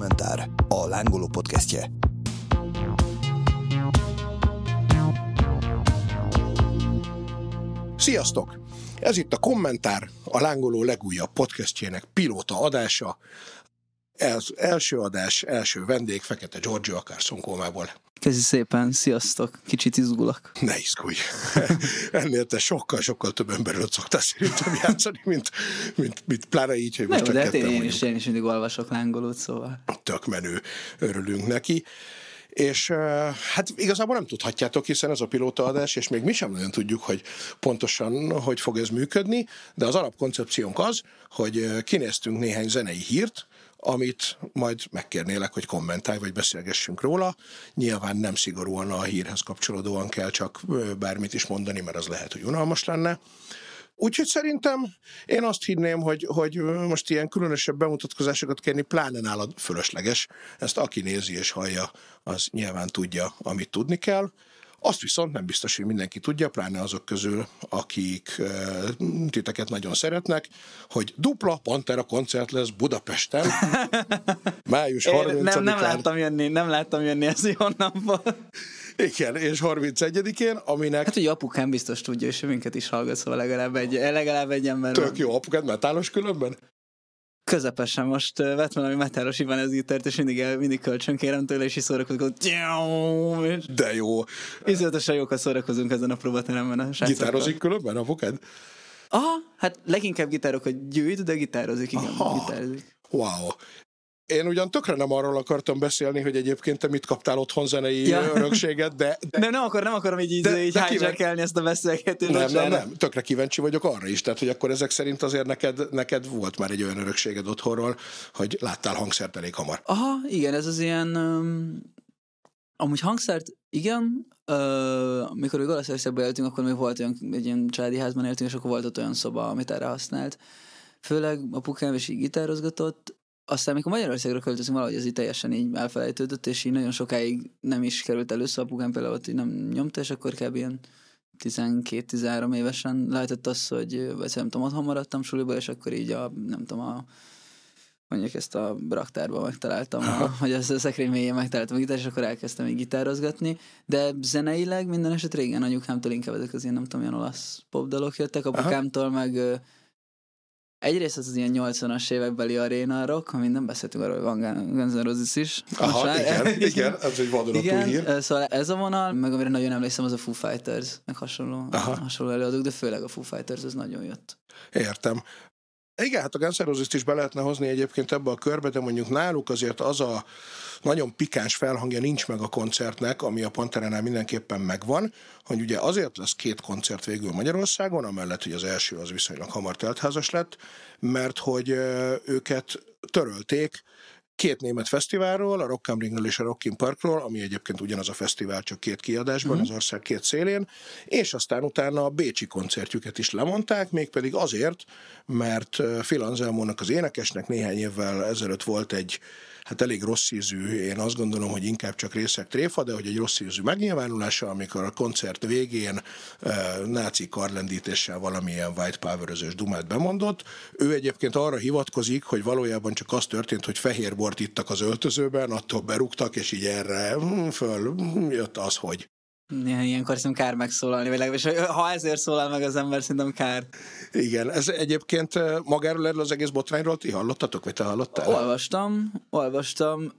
Kommentár, a Lángoló podcastje. Sziasztok! Ez itt a Kommentár, a Lángoló legújabb podcastjének pilóta adása. Első adás, első vendég, Fekete Giorgio, a Carson Comából. Köszi szépen, sziasztok, kicsit izgulok. Ne izgulj! Ennél te sokkal több emberről szoktál szerintem játszani, mint pláne így, hogy most csak ketten vagyunk. Én is mindig olvasok Lángolót, szóval. Tök menő, örülünk neki. És hát igazából nem tudhatjátok, hiszen ez a pilótaadás, és még mi sem nagyon tudjuk, hogy pontosan hogy fog ez működni, de az alapkoncepciónk az, hogy kinéztünk néhány zenei hírt, amit majd megkérnélek, hogy kommentálj, vagy beszélgessünk róla. Nyilván nem szigorúan a hírhez kapcsolódóan kell csak bármit is mondani, mert az lehet, hogy unalmas lenne. Úgyhogy szerintem én azt hinném, hogy most ilyen különösebb bemutatkozásokat kérni pláne nálad fölösleges. Ezt aki nézi és hallja, az nyilván tudja, amit tudni kell. Azt viszont nem biztos, hogy mindenki tudja, pláne azok közül, akik titeket nagyon szeretnek, hogy dupla Pantera koncert lesz Budapesten. Május 30-án. Nem láttam jönni ez honnan volt. Igen, és 31-én, aminek... Hát, hogy apukám biztos tudja, és minket is hallgat, szóval legalább egy ember. Tök jó, apukád metálos különben? Közepesen most vett valami metálos Ibanez-gitárt, és mindig kölcsön kérem tőle, és is szórakozunk. De jó. Izületesen jókat szórakozunk ezen a próbateremben a srácokkal. Gitározik különben apukád? Aha, hát leginkább gitárokat gyűjt, de gitározik, igen. Gitározik. Wow. Én ugyan tökre nem arról akartam beszélni, hogy egyébként te mit kaptál otthon zenei örökséget, de... Nem akarom így hijackelni ezt a beszélgetést. Nem. Tökre kíváncsi vagyok arra is. Tehát, hogy akkor ezek szerint azért neked volt már egy olyan örökséged otthonról, hogy láttál hangszert elég hamar. Aha, igen, ez az ilyen... Amúgy hangszert, igen, mikor még Olaszországban éltünk, akkor még volt egy ilyen családi házban éltünk, és akkor volt ott olyan szoba, amit erre használt. Főleg apukám is így gitározgatott. Aztán, amikor Magyarországra költözünk, valahogy ez így teljesen így elfelejtődött, és így nagyon sokáig nem is került elő, szóval apukám például ott így nem nyomta, és akkor kb. Ilyen 12-13 évesen lehetett az, hogy vagy nem tudom, otthon maradtam suliból, és akkor így mondjuk ezt a raktárban megtaláltam, hogy az a szekrény mélyén megtaláltam a gitárt, és akkor elkezdtem így gitározgatni, de zeneileg minden eset régen anyukámtól inkább ezek az ilyen, nem tudom, ilyen olasz popdalok jöttek, apukámtól meg egyrészt az ilyen 80-as évekbeli aréna rock, amin nem beszéltünk arról, hogy van Guns N' Roses is. Igen, ez egy vadonatúj hír. Szóval ez a vonal, meg amire nagyon emlékszem, az a Foo Fighters, meg hasonló előadók, de főleg a Foo Fighters, az nagyon jött. Értem. Igen, hát a Guns N' Roses-t is be lehetne hozni egyébként ebbe a körbe, de mondjuk náluk azért az a nagyon pikáns felhangja nincs meg a koncertnek, ami a Panteránál mindenképpen megvan, hogy ugye azért lesz 2 koncert végül Magyarországon, amellett, hogy az első az viszonylag hamar teltházas lett, mert hogy őket törölték 2 német fesztiválról, a Rock am Ringről és a Rock in Parkról, ami egyébként ugyanaz a fesztivál, csak 2 kiadásban, az ország 2 szélén, és aztán utána a bécsi koncertjüket is lemondták, mégpedig azért, mert Phil Anselmónak, az énekesnek néhány évvel ezelőtt volt egy elég rossz ízű, én azt gondolom, hogy inkább csak részek tréfa, de hogy egy rossz ízű megnyilvánulása, amikor a koncert végén náci karlendítéssel valamilyen white power-özős dumát bemondott. Ő egyébként arra hivatkozik, hogy valójában csak az történt, hogy fehér bort ittak az öltözőben, attól berúgtak, és így erre föl jött az, hogy. Ilyenkor szerintem kár megszólalni, vagy legalábbis, ha ezért szólal meg az ember, szerintem kár. Igen, ez egyébként magáról erről az egész botrányról ti hallottatok, vagy te hallottál? Olvastam.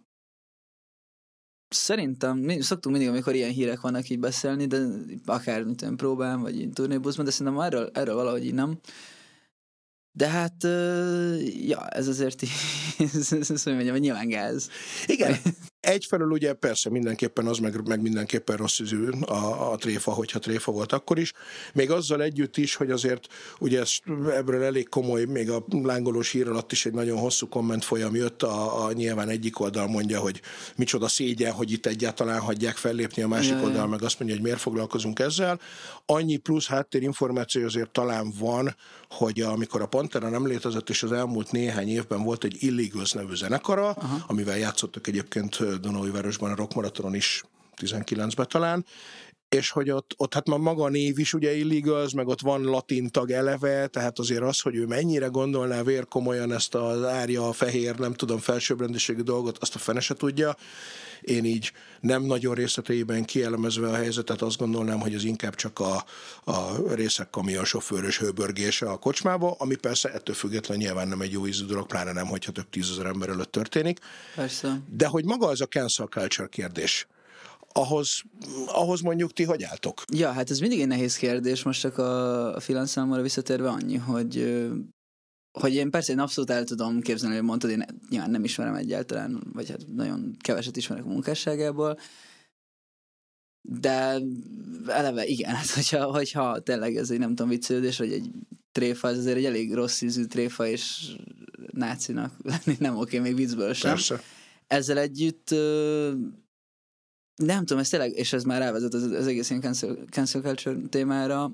Szerintem, szoktunk mindig, amikor ilyen hírek vannak így beszélni, de akár mint olyan próbán, vagy így turnébuszban, de szerintem erről valahogy így nem. De hát, ez azért ez nyilván gáz. Igen. Egyfelől ugye persze mindenképpen az, meg mindenképpen rossz ízű a tréfa, hogyha tréfa volt akkor is. Még azzal együtt is, hogy azért ugye ebből elég komoly, még a lángolós hír alatt is egy nagyon hosszú komment folyam jött, nyilván egyik oldal mondja, hogy micsoda szégyen, hogy itt egyáltalán hagyják fellépni, a másik oldal meg azt mondja, hogy miért foglalkozunk ezzel. Annyi plusz háttérinformáció azért talán van, hogy amikor a Pantera nem létezett, és az elmúlt néhány évben volt egy Illegals nevű zenekara, amivel játszottak egyébként Dunaújvárosban a Rock Maratonon is 19-ben talán, és hogy ott hát már maga a név is ugye Illegals, meg ott van latin tag eleve, tehát azért az, hogy ő mennyire gondolná vérkomolyan ezt az árja, fehér, nem tudom, felsőbbrendűségű dolgot, azt a fene se tudja. Én így nem nagyon részleteiben kielemezve a helyzetet azt gondolnám, hogy az inkább csak a részek kamionsofőrös hőbörgése a kocsmába, ami persze ettől független nyilván nem egy jó ízű dolog, pláne nem, hogyha több 10 000 ember előtt történik. Persze. De hogy maga az a cancel culture kérdés, ahhoz mondjuk ti hogy álltok? Ja, hát ez mindig egy nehéz kérdés, most csak a filanszámomra visszatérve annyi, hogy én persze én abszolút el tudom képzelni, hogy mondtad, én nyilván nem ismerem egyáltalán, vagy hát nagyon keveset ismerek a munkásságából, de eleve igen, hát hogyha tényleg ez egy nem tudom viccelődés, vagy egy tréfa, ez azért egy elég rossz ízű tréfa, és nácinak lenni nem oké, még viccből sem. Persze. Ezzel együtt nem tudom, ez tényleg, és ez már rávezet az egész ilyen cancel culture témára,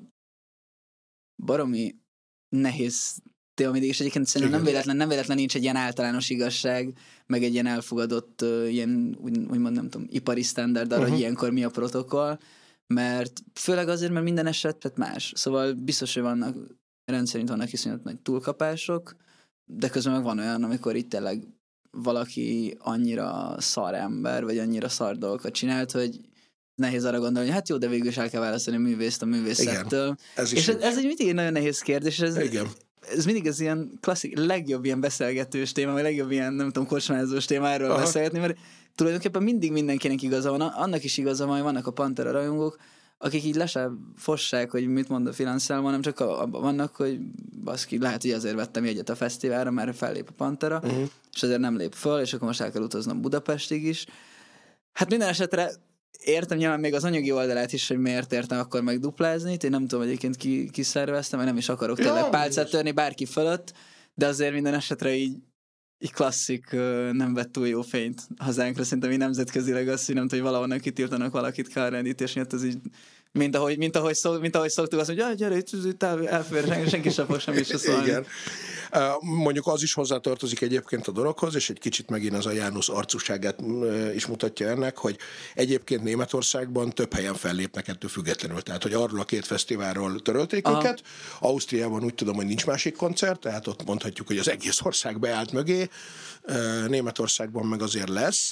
baromi nehéz téma mindig, és egyébként szerintem nem véletlen nincs egy ilyen általános igazság, meg egy ilyen elfogadott, ilyen úgymond nem tudom, ipari standard arra, hogy ilyenkor mi a protokoll, mert főleg azért, mert minden eset más. Szóval biztos, hogy vannak, rendszerint vannak iszonyat nagy túlkapások, de közben meg van olyan, amikor itt tényleg valaki annyira szar ember, vagy annyira szar dolgokat csinált, hogy nehéz arra gondolni, hogy hát jó, de végül is el kell választani a művészt a művészettől. Igen, ez egy mindig egy nagyon nehéz kérdés, ez mindig az ilyen klasszik, legjobb ilyen beszélgetős téma, vagy legjobb ilyen, nem tudom, kocsmázós téma erről beszélgetni, mert tulajdonképpen mindig mindenkinek igaza van, annak is igaza van, hogy vannak a Pantera rajongók, akik így le sem fossák, hogy mit mond a Filanszálma, hanem csak vannak, hogy baszki, lehet, hogy azért vettem jegyet a fesztiválra, mert fellép a Pantera, és azért nem lép föl, és akkor most el kell utaznom Budapestig is. Hát minden esetre értem nyilván még az anyagi oldalát is, hogy miért értem akkor megduplázni. Én nem tudom egyébként ki szerveztem, mert nem is akarok tényleg pálcát törni bárki fölött, de azért minden esetre így klasszik nem vett túl jó fényt hazánkra. Szerintem így nemzetközileg azt, hogy nem tudom, hogy valahonnan kitiltanak valakit kárrendítés miatt, ez így mint ahogy szoktuk azt, hogy gyere, itt elfér, senki sem fog semmit se szólni. Igen. Mondjuk az is hozzátartozik egyébként a dologhoz, és egy kicsit megint az a János arcúságát is mutatja ennek, hogy egyébként Németországban több helyen fellépnek ettől függetlenül. Tehát, hogy arról a 2 fesztiválról törölték őket. Ausztriában úgy tudom, hogy nincs másik koncert, tehát ott mondhatjuk, hogy az egész ország beállt mögé. Németországban meg azért lesz.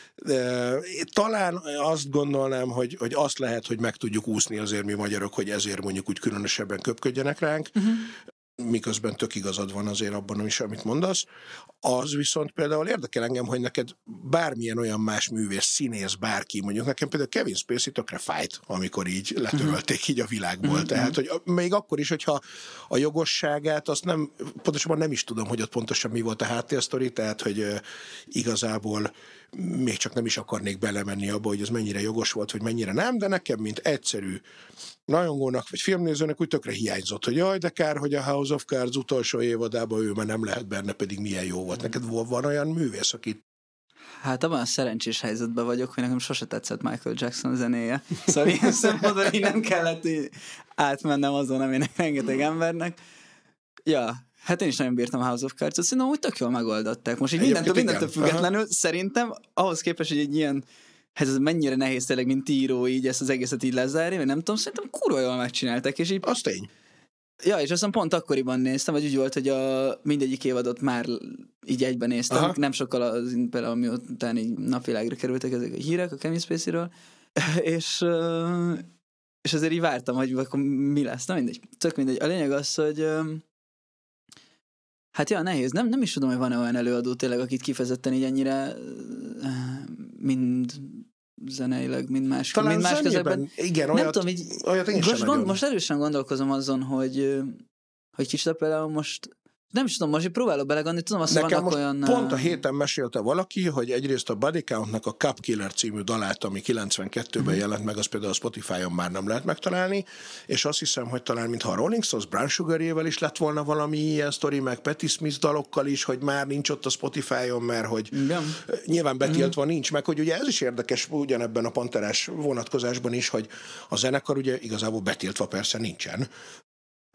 Talán azt gondolnám, hogy azt lehet, hogy meg tudjuk úszni azért mi magyarok, hogy ezért mondjuk úgy különösebben köpködjenek ránk, miközben tök igazad van azért abban is, amit mondasz. Az viszont például érdekel engem, hogy neked bármilyen olyan más művész, színész, bárki, mondjuk nekem például Kevin Spacey tökre fájt, amikor így letörölték így a világból. Tehát, hogy még akkor is, hogyha a jogosságát, azt nem, pontosabban nem is tudom, hogy ott pontosan mi volt a háttérsztori, tehát, hogy igazából még csak nem is akarnék belemenni abba, hogy ez mennyire jogos volt, vagy mennyire nem, de nekem, mint egyszerű rajongónak, vagy filmnézőnek úgy tökre hiányzott, hogy jaj, de kár, hogy a House of Cards utolsó évadában ő már nem lehet benne, pedig milyen jó volt. Neked van olyan művész, akit... Hát abban a szerencsés helyzetben vagyok, hogy nekem sose tetszett Michael Jackson zenéje. Szóval ilyen szempontból így nem kellett így átmennem azon, aminek rengeteg embernek. Ja, hát én is nagyon bírtam a House of Cards-ot, szerintem úgy tök jól megoldották. Most így mindentől függetlenül szerintem ahhoz képest, hogy egy ilyen ez mennyire nehéz tényleg, mint író így ezt az egészet így lezárni, vagy nem tudom, szerintem kurva jól megcsinálták, és így... Az tény. Ja, és aztán pont akkoriban néztem, vagy úgy volt, hogy mindegyik évadot már így egyben néztem, nem sokkal például miután így napvilágra kerültek ezek a hírek a Kevin Spacey-ről, és azért így vártam, hogy akkor mi lesz, na mindegy, tök mindegy. A lényeg az, hogy hát ja, nehéz. Nem is tudom, hogy van-e olyan előadó tényleg, akit kifejezetten így ennyire mind zeneileg, mind más közegben. Igen, nem olyat, tudom, így, most erősen gondolkozom azon, hogy kicsit például most nem is tudom, most így próbálok belegondolni, tudom azt, hogy vannak olyan... Pont a héten mesélte valaki, hogy egyrészt a Body Countnak a Cup Killer című dalát, ami 92-ben jelent meg, az például a Spotify-on már nem lehet megtalálni, és azt hiszem, hogy talán mintha a Rolling Stones Brown Sugar-jével is lett volna valami ilyen sztori, meg Patti Smith dalokkal is, hogy már nincs ott a Spotify-on, mert hogy nyilván betiltva nincs, meg hogy ugye ez is érdekes ugyanebben a panterás vonatkozásban is, hogy a zenekar ugye igazából betiltva persze nincsen.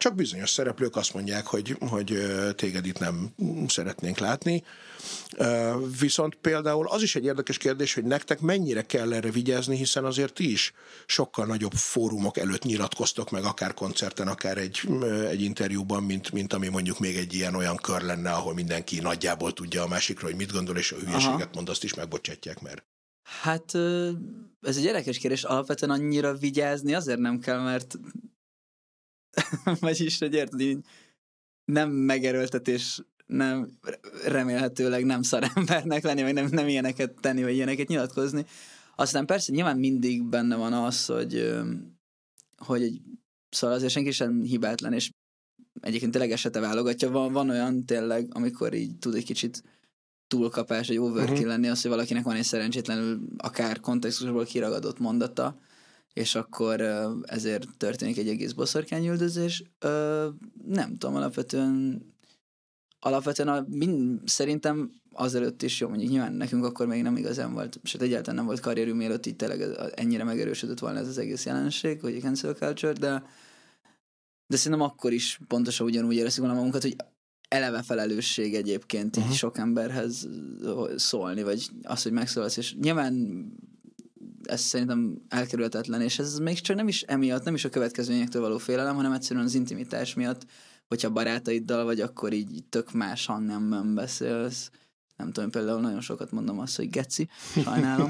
csak bizonyos szereplők azt mondják, hogy téged itt nem szeretnénk látni. Viszont például az is egy érdekes kérdés, hogy nektek mennyire kell erre vigyázni, hiszen azért ti is sokkal nagyobb fórumok előtt nyilatkoztok meg, akár koncerten, akár egy interjúban, mint ami mondjuk még egy ilyen olyan kör lenne, ahol mindenki nagyjából tudja a másikról, hogy mit gondol, és a hülyeséget mond, azt is megbocsátják, mert... Hát ez egy érdekes kérdés, alapvetően annyira vigyázni azért nem kell, mert vagyis, hogy érted, így nem megerőltetés, nem remélhetőleg nem szarembernek lenni, meg nem ilyeneket tenni, vagy ilyeneket nyilatkozni. Aztán persze nyilván mindig benne van az, hogy szóval azért senki sem hibátlan, és egyébként tényleg esete válogatja. Van olyan tényleg, amikor így tud egy kicsit túlkapás, egy overkill lenni, az, hogy valakinek van egy szerencsétlenül akár kontextusból kiragadott mondata, és akkor ezért történik egy egész boszorkányüldözés. Nem tudom, alapvetően szerintem azelőtt is jó, mondjuk nyilván nekünk akkor még nem igazán volt, sőt egyáltalán nem volt karrierünk, mielőtt így tényleg ennyire megerősödött volna ez az egész jelenség, hogy a cancel culture, de szerintem akkor is pontosan ugyanúgy éreztük volna magunkat, hogy eleve felelősség egyébként így sok emberhez szólni, vagy az, hogy megszólalsz, és nyilván ez szerintem elkerülhetetlen, és ez még csak nem is emiatt, nem is a következményektől való félelem, hanem egyszerűen az intimitás miatt, hogyha barátaiddal vagy, akkor így tök más hangnemben beszélsz. Nem tudom, például nagyon sokat mondom azt, hogy geci, sajnálom.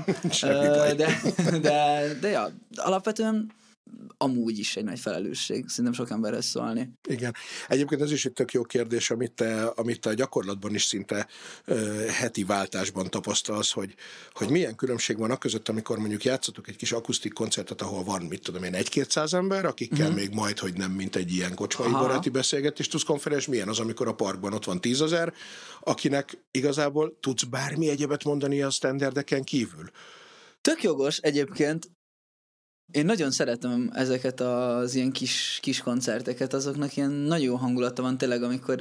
De ja, alapvetően amúgy is egy nagy felelősség. Szerintem sok emberhez szólni. Igen. Egyébként ez is egy tök jó kérdés, amit te a gyakorlatban is szinte heti váltásban tapasztalsz, hogy milyen különbség van között, amikor mondjuk játszotok egy kis akusztik koncertet, ahol van, mit tudom én, 1-200 ember, akikkel még majd, hogy nem, mint egy ilyen kocsmai baráti beszélgetést tudsz konferálni, milyen az, amikor a parkban ott van 10 000, akinek igazából tudsz bármi egyebet mondani a standardeken kívül. Tök jogos egyébként. Én nagyon szeretem ezeket az ilyen kis koncerteket, azoknak ilyen nagyon hangulata van tényleg, amikor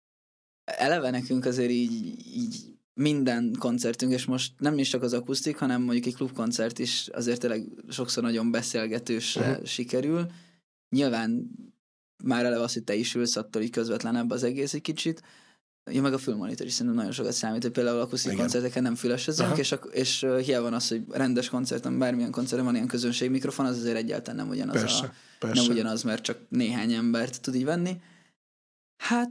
eleve nekünk azért így minden koncertünk, és most nem is csak az akusztik, hanem mondjuk egy klubkoncert is azért tényleg sokszor nagyon beszélgetősre sikerül. Nyilván már eleve az, hogy te is ülsz, attól így közvetlenebb az egész egy kicsit. Ja, meg a fülmonitor is szerintem nagyon sokat számít, hogy például akusztik koncerteken nem fülesezünk, és hiába van az, hogy rendes koncerten, bármilyen koncerten van ilyen közönségmikrofon, az azért egyáltalán nem ugyanaz, persze. Nem ugyanaz, mert csak néhány embert tud így venni. Hát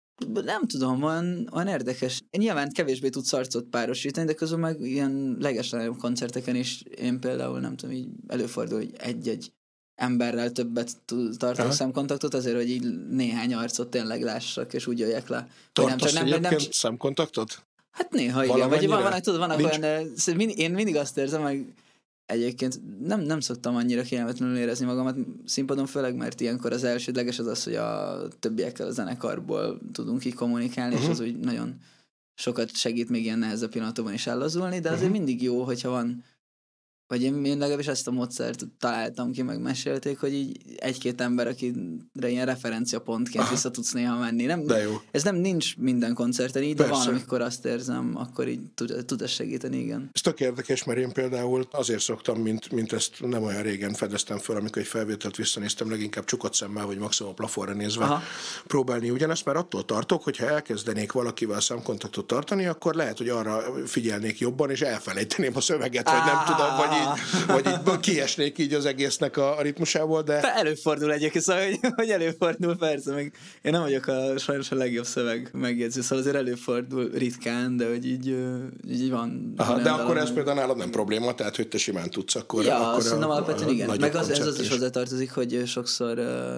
nem tudom, olyan érdekes. Nyilván kevésbé tudsz arcot párosítani, de közben meg ilyen legeslegnagyobb koncerteken is én például nem tudom, így előfordul, hogy egy emberrel többet tartok szemkontaktot, azért, hogy így néhány arcot tényleg lássak, és úgy jöjjek le. Tartasz egyébként szemkontaktot? Hát néha igen, vagy vannak olyan, én mindig azt érzem, meg egyébként nem szoktam annyira kényelmetlenül érezni magamat színpadon, főleg, mert ilyenkor az elsődleges az, hogy a többiekkel a zenekarból tudunk így kommunikálni, és az úgy nagyon sokat segít még ilyen nehezebb pillanatokban is ellazulni, de azért mindig jó, hogyha van. Vagy én legalábbis ezt a módszert találtam ki, megmesélték, hogy így egy-két ember, akire ilyen referenciapontként vissza tudsz néha menni. De jó. Ez nem nincs minden koncerten így, de van, amikor azt érzem, akkor így tud ez segíteni, igen. Ez tök érdekes, mert én például azért szoktam, mint ezt nem olyan régen fedeztem föl, amikor egy felvételt visszanéztem, leginkább csukott szemmel, vagy maximum a plafonra nézve próbálni ugyanezt, mert attól tartok, hogyha elkezdenék valakivel szemkontaktot tartani, akkor lehet, hogy arra figyelnék jobban, és elfelejteném a szöveget, vagy nem tudom, vagy így kiesnék így az egésznek a ritmusából, de... Előfordul egyébként, szóval, hogy előfordul, persze, meg én nem vagyok sajnos a legjobb szöveg megjegyző, szóval azért előfordul ritkán, de hogy így van. De akkor ez például nálad nem probléma, tehát hogy te simán tudsz, akkor... Ja, azt mondom, alapvetően igen. Meg ez is hozzátartozik, hogy sokszor,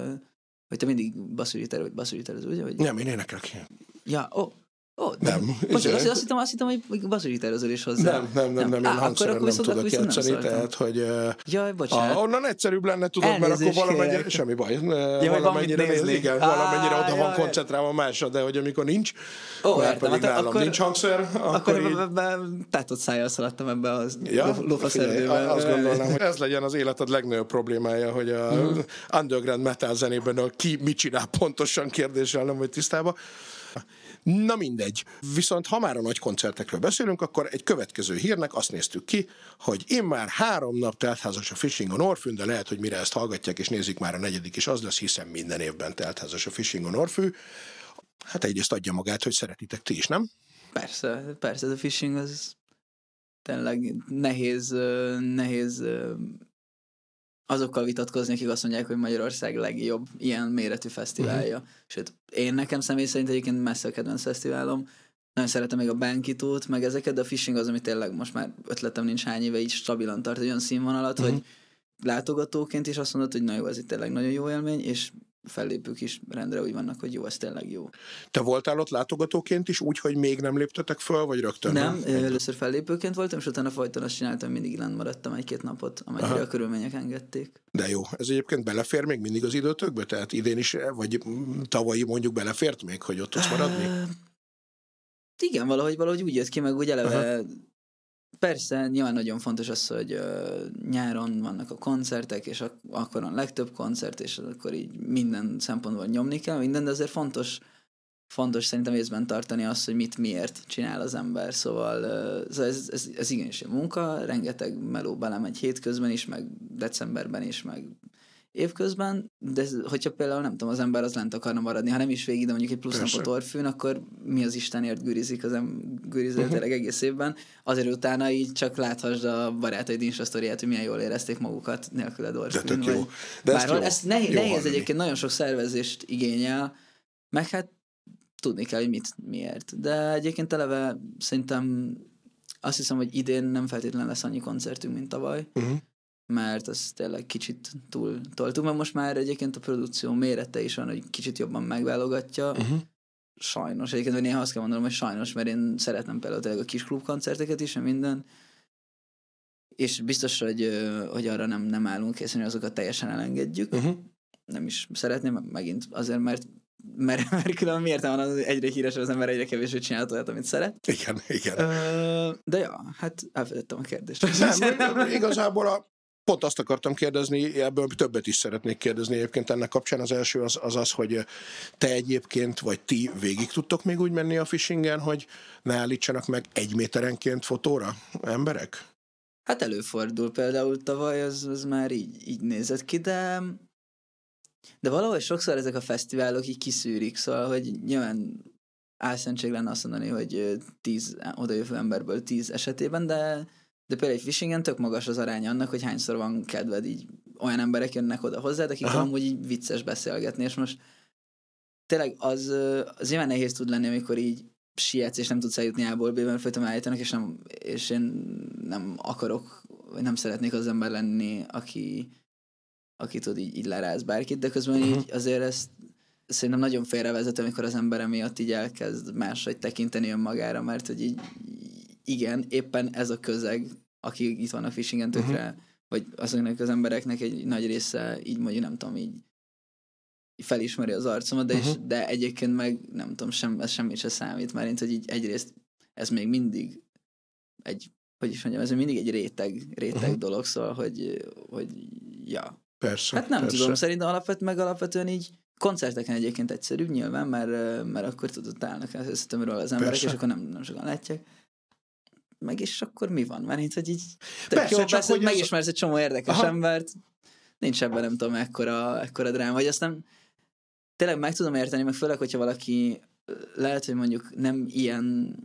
hogy te mindig basszusgitározol, ugye? Nem, én énekelek. Ja, Nem. Azt hittem, hogy basszusgitározol is hozzá. Nem, én hangszeren nem tudok játszani, tehát, hogy... Jaj, bocsánat. Onnan egyszerűbb lenne, tudod, mert akkor valamennyire... Semmi baj. Valamennyire oda van koncentrálva másra, de hogy amikor nincs, már pedig nálam nincs hangszer, akkor így... tátott szájjal szaladtam ebbe a lófaszerdőbe. Azt gondolnám, hogy ez legyen az életed legnagyobb problémája, hogy a underground metal zenében ki mit csinál pontosan kérdéssel nem vagy tisztában. Na mindegy. Viszont ha már a nagy koncertekről beszélünk, akkor egy következő hírnek azt néztük ki, hogy én már 3 nap teltházas a Fishing on Orfűn, de lehet, hogy mire ezt hallgatják és nézik, már a 4. is az lesz, hiszen minden évben teltházas a Fishing on Orfű. Hát egyrészt adja magát, hogy szeretitek ti is, nem? Persze, a fishing az tényleg nehéz azokkal vitatkozni, akik azt mondják, hogy Magyarország legjobb ilyen méretű fesztiválja. Sőt, én nekem személy szerint egyébként messze a kedvenc fesztiválom. Nagyon szeretem még a Bankitót, meg ezeket, de a fishing az, ami tényleg most már ötletem nincs hány éve, így stabilan tart egy olyan színvonalat, hogy látogatóként is azt mondod, hogy na jó, ez itt tényleg nagyon jó élmény, és fellépők is rendre úgy vannak, hogy jó, ez tényleg jó. Te voltál ott látogatóként is, úgy, hogy még nem léptetek föl, vagy rögtön? Nem, először fellépőként voltam, és utána folyton azt csináltam, mindig lent maradtam 1-2 napot, amennyire a körülmények engedték. De jó, ez egyébként belefér még mindig az időtökbe? Tehát idén is, vagy tavalyi mondjuk belefért még, hogy ott tudsz maradni? Igen, valahogy úgy jött ki, meg úgy eleve persze, nyilván nagyon fontos az, hogy nyáron vannak a koncertek, és akkor van legtöbb koncert, és akkor így minden szempontból nyomni kell, minden, de azért fontos szerintem észben tartani azt, hogy mit miért csinál az ember, szóval ez igenis egy munka, rengeteg meló belemegy hétközben is, meg decemberben is, meg évközben, de hogyha például nem tudom, az ember az lent akarna maradni, ha nem is végig, de mondjuk egy plusz napot Orfűn, akkor mi az Istenért gürizik tényleg egész évben, azért utána így csak láthassd a barátaid Insta sztoriát, hogy milyen jól érezték magukat nélküled Orfűn. De jó. De ez nehéz egyébként, nagyon sok szervezést igényel, meg hát tudni kell, hogy miért. De egyébként eleve szerintem azt hiszem, hogy idén nem feltétlenül lesz annyi koncertünk, mint tavaly. Mert ez tényleg kicsit túl toltuk, mert most már egyébként a produkció mérete is van, hogy kicsit jobban megválogatja. Sajnos. Egyébként néha azt kell mondanom, hogy sajnos, mert én szeretem például tényleg a kis klubkoncerteket is, minden. És biztos, hogy arra nem állunk készen, hogy azokat teljesen elengedjük. Nem is szeretném, megint azért, mert különben miért van az, egyre híres az ember, egyre kevésbé csinálhat olyat, amit szeret. Igen. De ja, hát elfelejtettem a kérdést. Nem, igazából pont azt akartam kérdezni, ebből többet is szeretnék kérdezni egyébként ennek kapcsán. Az első az, hogy te egyébként, vagy ti végig tudtok még úgy menni a fishingen, hogy ne állítsanak meg 1 méterenként fotóra emberek? Hát előfordul, például tavaly az már így nézett ki, de valahogy sokszor ezek a fesztiválok így kiszűrik, szóval, hogy nyilván álszentség lenne azt mondani, hogy 10 odajövő emberből 10 esetében, de például egy fishingen tök magas az aránya annak, hogy hányszor van kedved, így olyan emberek jönnek oda hozzá, akik amúgy így vicces beszélgetni, és most tényleg az nyilván nehéz tud lenni, amikor így sietsz, és nem tudsz eljutni A-ból B-ben, folyton állítanak, és én nem akarok, vagy nem szeretnék az ember lenni, aki tud így leráz bárkit, de közben így azért ezt szerintem nagyon félrevezető, amikor az ember emiatt így elkezd máshogy tekinteni önmagára, mert hogy így igen, éppen ez a közeg, akik itt vannak fishingen tökre, vagy azoknak az embereknek egy nagy része így mondjuk nem tudom, így felismeri az arcomat, de egyébként meg nem tudom, ez semmit se számít, mert hogy így egyrészt ez még mindig ez mindig egy réteg dolog, szóval, hogy ja. Persze. Hát nem tudom, szerintem alapvetően így koncerteken egyébként egyszerűbb nyilván, mert akkor tudod, állnak összetömről az emberek, és akkor nem sokan látják. Meg is akkor mi van? Mert hogy így jó, megismersz egy csomó érdekes embert, nincs ebben nem tudom ekkora dráma, vagy azt nem tényleg meg tudom érteni, meg főleg, hogyha valaki lehet, hogy mondjuk nem ilyen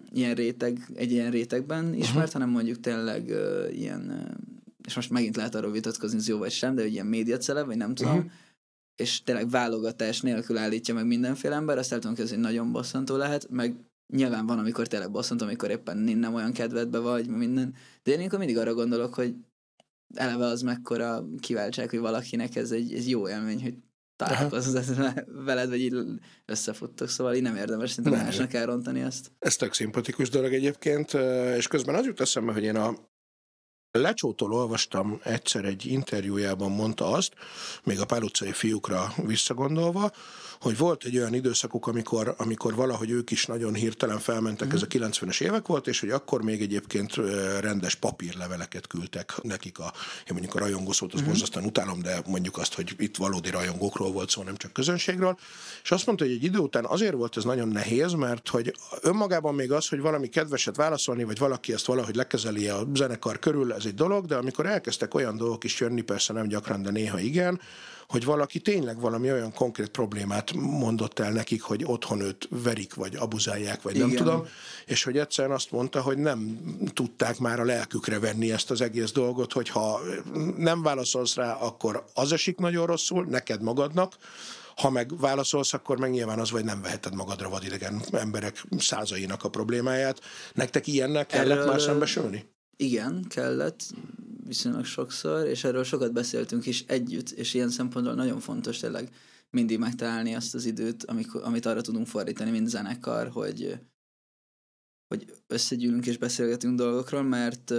rétegben ismert, hanem mondjuk tényleg ilyen, és most megint lehet arról vitatkozni, ez jó vagy sem, de hogy ilyen médiaceleb, vagy nem tudom, és tényleg válogatás nélkül állítja meg mindenféle ember, azt el tudom kezdeni, hogy nagyon bosszantó lehet, meg nyilván van, amikor tényleg bosszantó, amikor éppen nem olyan kedvedbe vagy, minden, de én akkor mindig arra gondolok, hogy eleve az mekkora kiváltság, hogy valakinek ez egy jó élmény, hogy találkozz veled, vagy így összefuttok, szóval így nem érdemes, szerintem másnak elrontani azt. Ez tök szimpatikus dolog egyébként, és közben az jut eszembe, hogy én Lecsótól olvastam egyszer egy interjújában, mondta azt, még a Pál utcai fiúkra visszagondolva, hogy volt egy olyan időszakuk, amikor valahogy ők is nagyon hirtelen felmentek, ez a 90-es évek volt, és hogy akkor még egyébként rendes papírleveleket küldtek nekik én mondjuk a rajongószót, az borzasztóan utálom, de mondjuk azt, hogy itt valódi rajongókról volt szó, nem csak közönségről, és azt mondta, hogy egy idő után azért volt ez nagyon nehéz, mert hogy önmagában még az, hogy valami kedveset válaszolni, vagy valaki ezt valahogy lekezeli a zenekar körül, ez egy dolog, de amikor elkezdtek olyan dolgok is jönni, persze nem gyakran, de néha igen, hogy valaki tényleg valami olyan konkrét problémát mondott el nekik, hogy otthon őt verik, vagy abuzálják, vagy nem tudom, és hogy egyszerűen azt mondta, hogy nem tudták már a lelkükre venni ezt az egész dolgot, hogy ha nem válaszolsz rá, akkor az esik nagyon rosszul, neked magadnak, ha meg válaszolsz, akkor meg nyilván az, vagy nem veheted magadra vadidegen emberek százainak a problémáját. Nektek ilyennel kellett már szembesülni? Igen, kellett viszonylag sokszor, és erről sokat beszéltünk is együtt, és ilyen szempontból nagyon fontos tényleg mindig megtalálni azt az időt, amit arra tudunk fordítani, mint zenekar, hogy összegyűlünk és beszélgetünk dolgokról, mert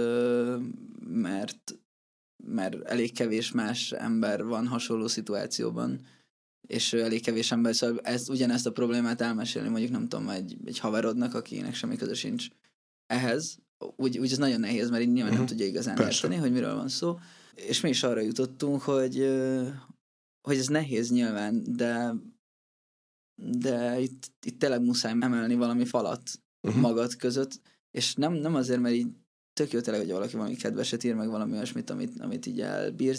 elég kevés más ember van hasonló szituációban, és elég kevés ember, szóval ugyanezt a problémát elmesélni, mondjuk nem tudom, egy haverodnak, akinek semmi köze sincs ehhez, úgy ez nagyon nehéz, mert így nyilván nem tudja igazán érteni, hogy miről van szó. És mi is arra jutottunk, hogy ez nehéz nyilván, de itt tényleg muszáj emelni valami falat magad között, és nem azért, mert így tök jó tényleg, hogy valaki valami kedveset ír, meg valami olyasmit, amit így elbírsz,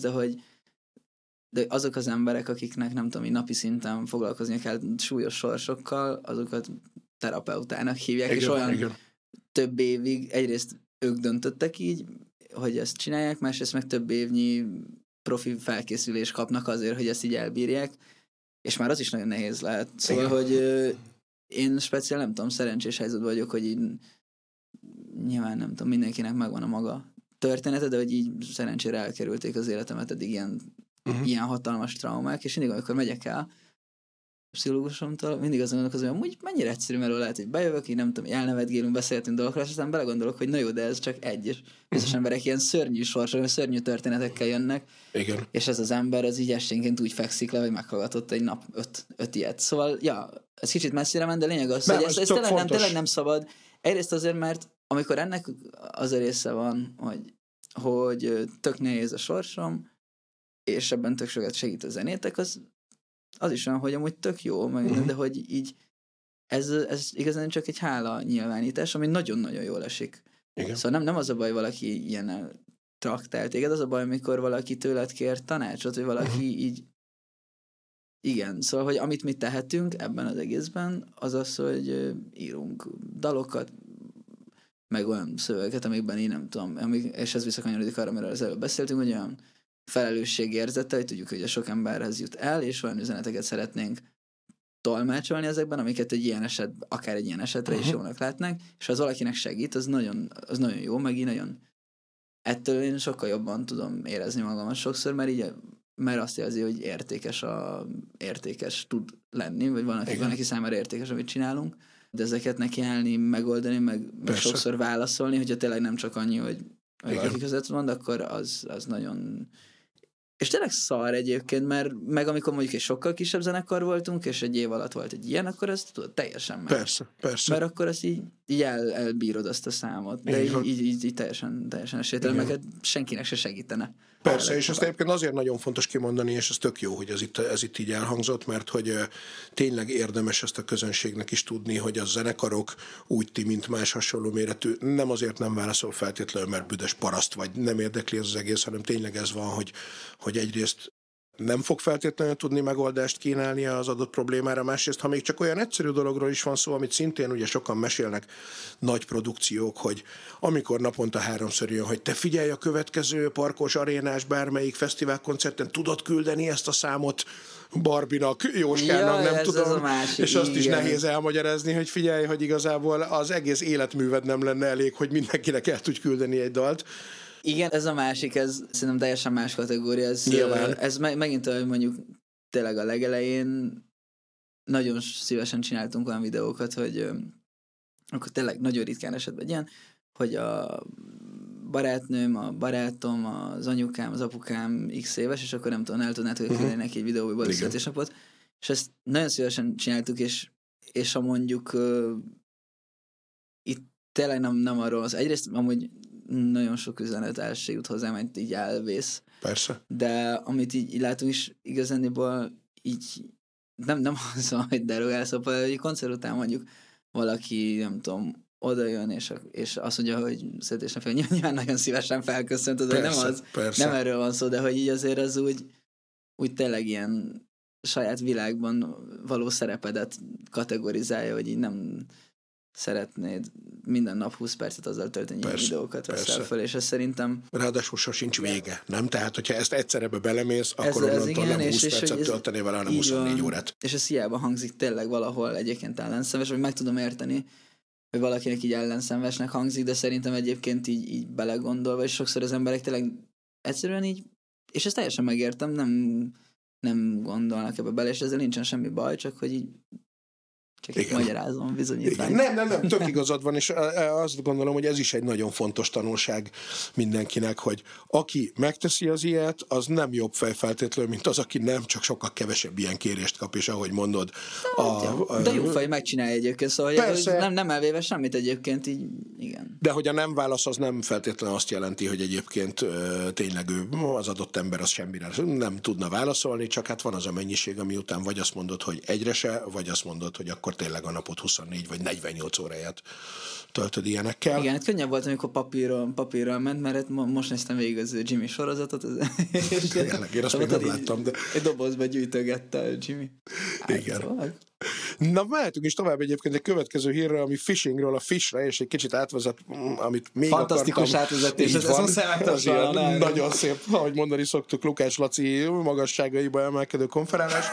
de azok az emberek, akiknek nem tudom, így napi szinten foglalkozni kell súlyos sorsokkal, azokat terapeutának hívják, igen, és olyan több évig, egyrészt ők döntöttek így, hogy ezt csinálják, másrészt meg több évnyi profi felkészülés kapnak azért, hogy ezt így elbírják, és már az is nagyon nehéz lehet. Szóval, igen, hogy én speciál nem tudom, szerencsés helyzetben vagyok, hogy így nyilván nem tudom, mindenkinek megvan a maga története, de hogy így szerencsére elkerülték az életemet eddig ilyen hatalmas traumák, és mindig, amikor megyek el pszichológusomtól, mindig azon gondolkozom, hogy mennyire egyszerű, mert lehet, hogy bejövök, így nem tudom, elnevetgélünk, beszélgetünk dolgokról, és aztán belegondolok, hogy na jó, de ez csak egy, és biztos emberek ilyen szörnyű sorsok, szörnyű történetekkel jönnek, igen, és ez az ember az így esténként úgy fekszik le, hogy meghallgatott egy nap öt ilyet. Szóval, ja, ez kicsit messzire ment, de lényeg az, hogy ez tényleg nem szabad. Egyrészt azért, mert amikor ennek az a része van, hogy tök nehéz a sorsom, és ebben tök sokat segít a zenétek, az is olyan, hogy amúgy tök jó, de hogy így ez igazán csak egy hála nyilvánítás, ami nagyon-nagyon jól esik. Igen. Szóval nem az a baj, valaki ilyen traktál téged, az a baj, amikor valaki tőled kér tanácsot, vagy valaki így igen, szóval, hogy amit mi tehetünk ebben az egészben, az az, hogy írunk dalokat, meg olyan szövegeket, amikben én nem tudom, és ez visszakanyarodik arra, amiről az előbb beszéltünk, hogy olyan felelősségerzete, hogy tudjuk, hogy a sok emberhez jut el, és olyan üzeneteket szeretnénk tolmácsolni ezekben, amiket akár egy ilyen esetre is jónak látnánk, és ha az valakinek segít, az nagyon jó, meg így nagyon ettől én sokkal jobban tudom érezni magamat sokszor, mert azt jelzi, hogy értékes tud lenni, vagy van, aki számára értékes, amit csinálunk, de ezeket nekiállni, megoldani, meg sokszor válaszolni, hogyha tényleg nem csak annyi, hogy valaki között mond, akkor az nagyon... És tényleg szar egyébként, mert meg amikor mondjuk egy sokkal kisebb zenekar voltunk, és egy év alatt volt egy ilyen, akkor ez teljesen meg. Persze. Mert akkor azt így elbírod azt a számot. De így teljesen esélytelen, meg senkinek se segítene. Persze, és ezt egyébként azért nagyon fontos kimondani, és ez tök jó, hogy ez itt így elhangzott, mert hogy tényleg érdemes ezt a közönségnek is tudni, hogy a zenekarok úgy ti, mint más hasonló méretű, nem azért nem válaszol feltétlenül, mert büdös paraszt, vagy nem érdekli ez az egész, hanem tényleg ez van, hogy egyrészt nem fog feltétlenül tudni megoldást kínálni az adott problémára, másrészt, ha még csak olyan egyszerű dologról is van szó, amit szintén ugye sokan mesélnek nagy produkciók, hogy amikor naponta 3-szor jön, hogy te figyelj a következő parkos, arénás, bármelyik fesztiválkoncerten, tudod küldeni ezt a számot Barbinak, Jóskának, nem tudom, és azt is nehéz elmagyarázni, hogy figyelj, hogy igazából az egész életműved nem lenne elég, hogy mindenkinek el tudj küldeni egy dalt. Igen, ez a másik, ez szerintem teljesen más kategória. Ez megint olyan, mondjuk tényleg a legelején nagyon szívesen csináltunk olyan videókat, hogy akkor tényleg nagyon ritkán esett egy ilyen, hogy a barátnőm, a barátom, az anyukám, az apukám x éves, és akkor nem tudom, el tudnátok küldeni neki egy videóból a születésnapot. És ezt nagyon szívesen csináltuk, és ha mondjuk itt tényleg nem arról az. Egyrészt amúgy nagyon sok üzenet elsőség jut hozzám, hogy így elvész. Persze. De amit így látunk is igazániból így nem az van, hogy derogál, szóval egy koncert után mondjuk valaki, nem tudom, oda jön, és azt mondja, hogy születésnapja, nyilván nagyon szívesen felköszönt, de nem az, persze. nem erről van szó, de hogy így azért az úgy tényleg ilyen saját világban való szerepedet kategorizálja, hogy így nem szeretnéd minden nap 20 percet azzal tölteni, hogy videókat veszel fel, és ez szerintem... Ráadásul sosincs vége, nem? Tehát, hogyha ezt egyszerre belemész, akkor onnantól nem 20 percet töltenél vele, hanem 24 órát. És ez hiába hangzik tényleg valahol egyébként ellenszenves, vagy meg tudom érteni, hogy valakinek így ellenszenvesnek hangzik, de szerintem egyébként így belegondolva, és sokszor az emberek tényleg egyszerűen így, és ezt teljesen megértem, nem gondolnak ebbe bele, és ezzel nincsen semmi baj, csak hogy így csak magyarázom, bizonyítvány. Nem, tök igazad van, és azt gondolom, hogy ez is egy nagyon fontos tanulság mindenkinek, hogy aki megteszi az ilyet, az nem jobb fej feltétlenül, mint az, aki nem, csak sokkal kevesebb ilyen kérést kap, és ahogy mondod. De jó fej megcsinálja egyébként, szóval nem elvéve semmit egyébként, így igen. De hogy a nem válasz, az nem feltétlenül azt jelenti, hogy egyébként tényleg az adott ember az semmire nem tudna válaszolni, csak hát van az a mennyiség, ami után vagy azt mondod, hogy egyre se, vagy azt mondod, hogy akkor tényleg a napot 24 vagy 48 óráját töltöd ilyenekkel. Igen, hát könnyebb volt, amikor papírral ment, mert most néztem végig az Jimmy sorozatot. És tényleg, én azt még nem láttam, de... Egy dobozba gyűjtögette a Jimmy. Igen. Na, mehetünk is tovább egyébként egy következő hírre, ami phishingről a fishre, és egy kicsit átvezet, amit még fantasztikus átvezetés, ez nagyon szép, ahogy mondani szoktuk, Lukács Laci magasságaiba emelkedő konferálás,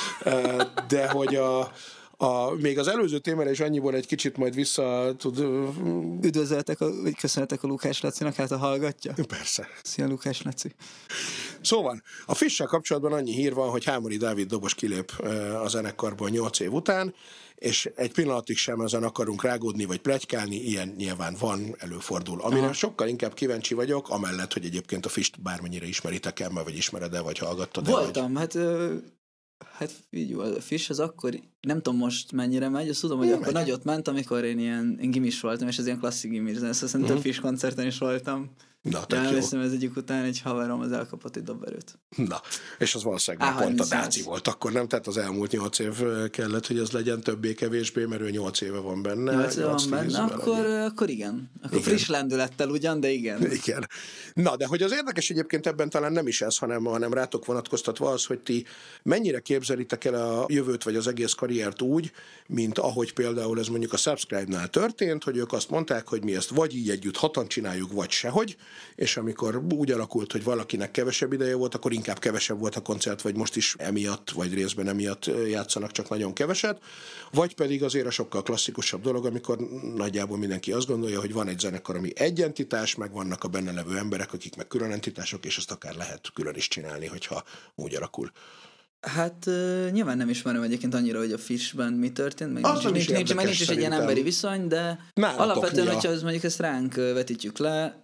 de hogy még az előző témára is annyiból egy kicsit majd vissza tud... Üdvözöltek, vagy köszönhetek a Lukács Lacinak, hát a hallgatja. Persze. Szia, Lukács Laci. Szóval, a Phish-sel kapcsolatban annyi hír van, hogy Hámori Dávid dobos kilép a zenekarból 8 év után, és egy pillanatig sem ezen akarunk rágódni, vagy pletykálni, ilyen nyilván van, előfordul. Amire sokkal inkább kíváncsi vagyok, amellett, hogy egyébként a Phish-t bármennyire ismeritek el, vagy ismered-e, vagy hallgattad-e? Voltam, hát így a Phish az akkor, nem tudom most mennyire megy, azt tudom, hogy akkor nagyot ment, amikor én gimis voltam, és ez ilyen klasszik gimis, de azt hiszem több Phish koncerten is voltam. Na, tök jó. Emlékszem, ez egyik után egy haverom az elkapott egy dobverőt. Na, és az valószínűleg pont a Dáci volt akkor, nem? Tehát az elmúlt 8 év kellett, hogy az legyen többé-kevésbé, mert ő 8 éve van benne. 8 éve van benne, akkor igen. Akkor igen. Friss lendülettel ugyan, de igen. Igen. Na, de hogy az érdekes egyébként ebben talán nem is ez, hanem rátok vonatkoztatva az, hogy ti mennyire képzelitek el a jövőt, vagy az egész karriert úgy, mint ahogy például ez mondjuk a Subscribe-nál történt, hogy ők azt mondták, hogy mi ezt vagy így együtt hatan csináljuk, vagy sehogy, és amikor úgy alakult, hogy valakinek kevesebb ideje volt, akkor inkább kevesebb volt a koncert, vagy most is emiatt, vagy részben emiatt játszanak csak nagyon keveset, vagy pedig azért a sokkal klasszikusabb dolog, amikor nagyjából mindenki azt gondolja, hogy van egy zenekar, ami egy entitás, meg vannak a benne levő emberek, akik meg külön entitások, és azt akár lehet külön is csinálni, hogyha úgy alakul. Hát nyilván nem ismerem egyébként annyira, hogy a Phish-ben mi történt, meg nincs is egy ilyen emberi viszony, de alapvetően, hogyha mondjuk ezt ránk vetítjük le,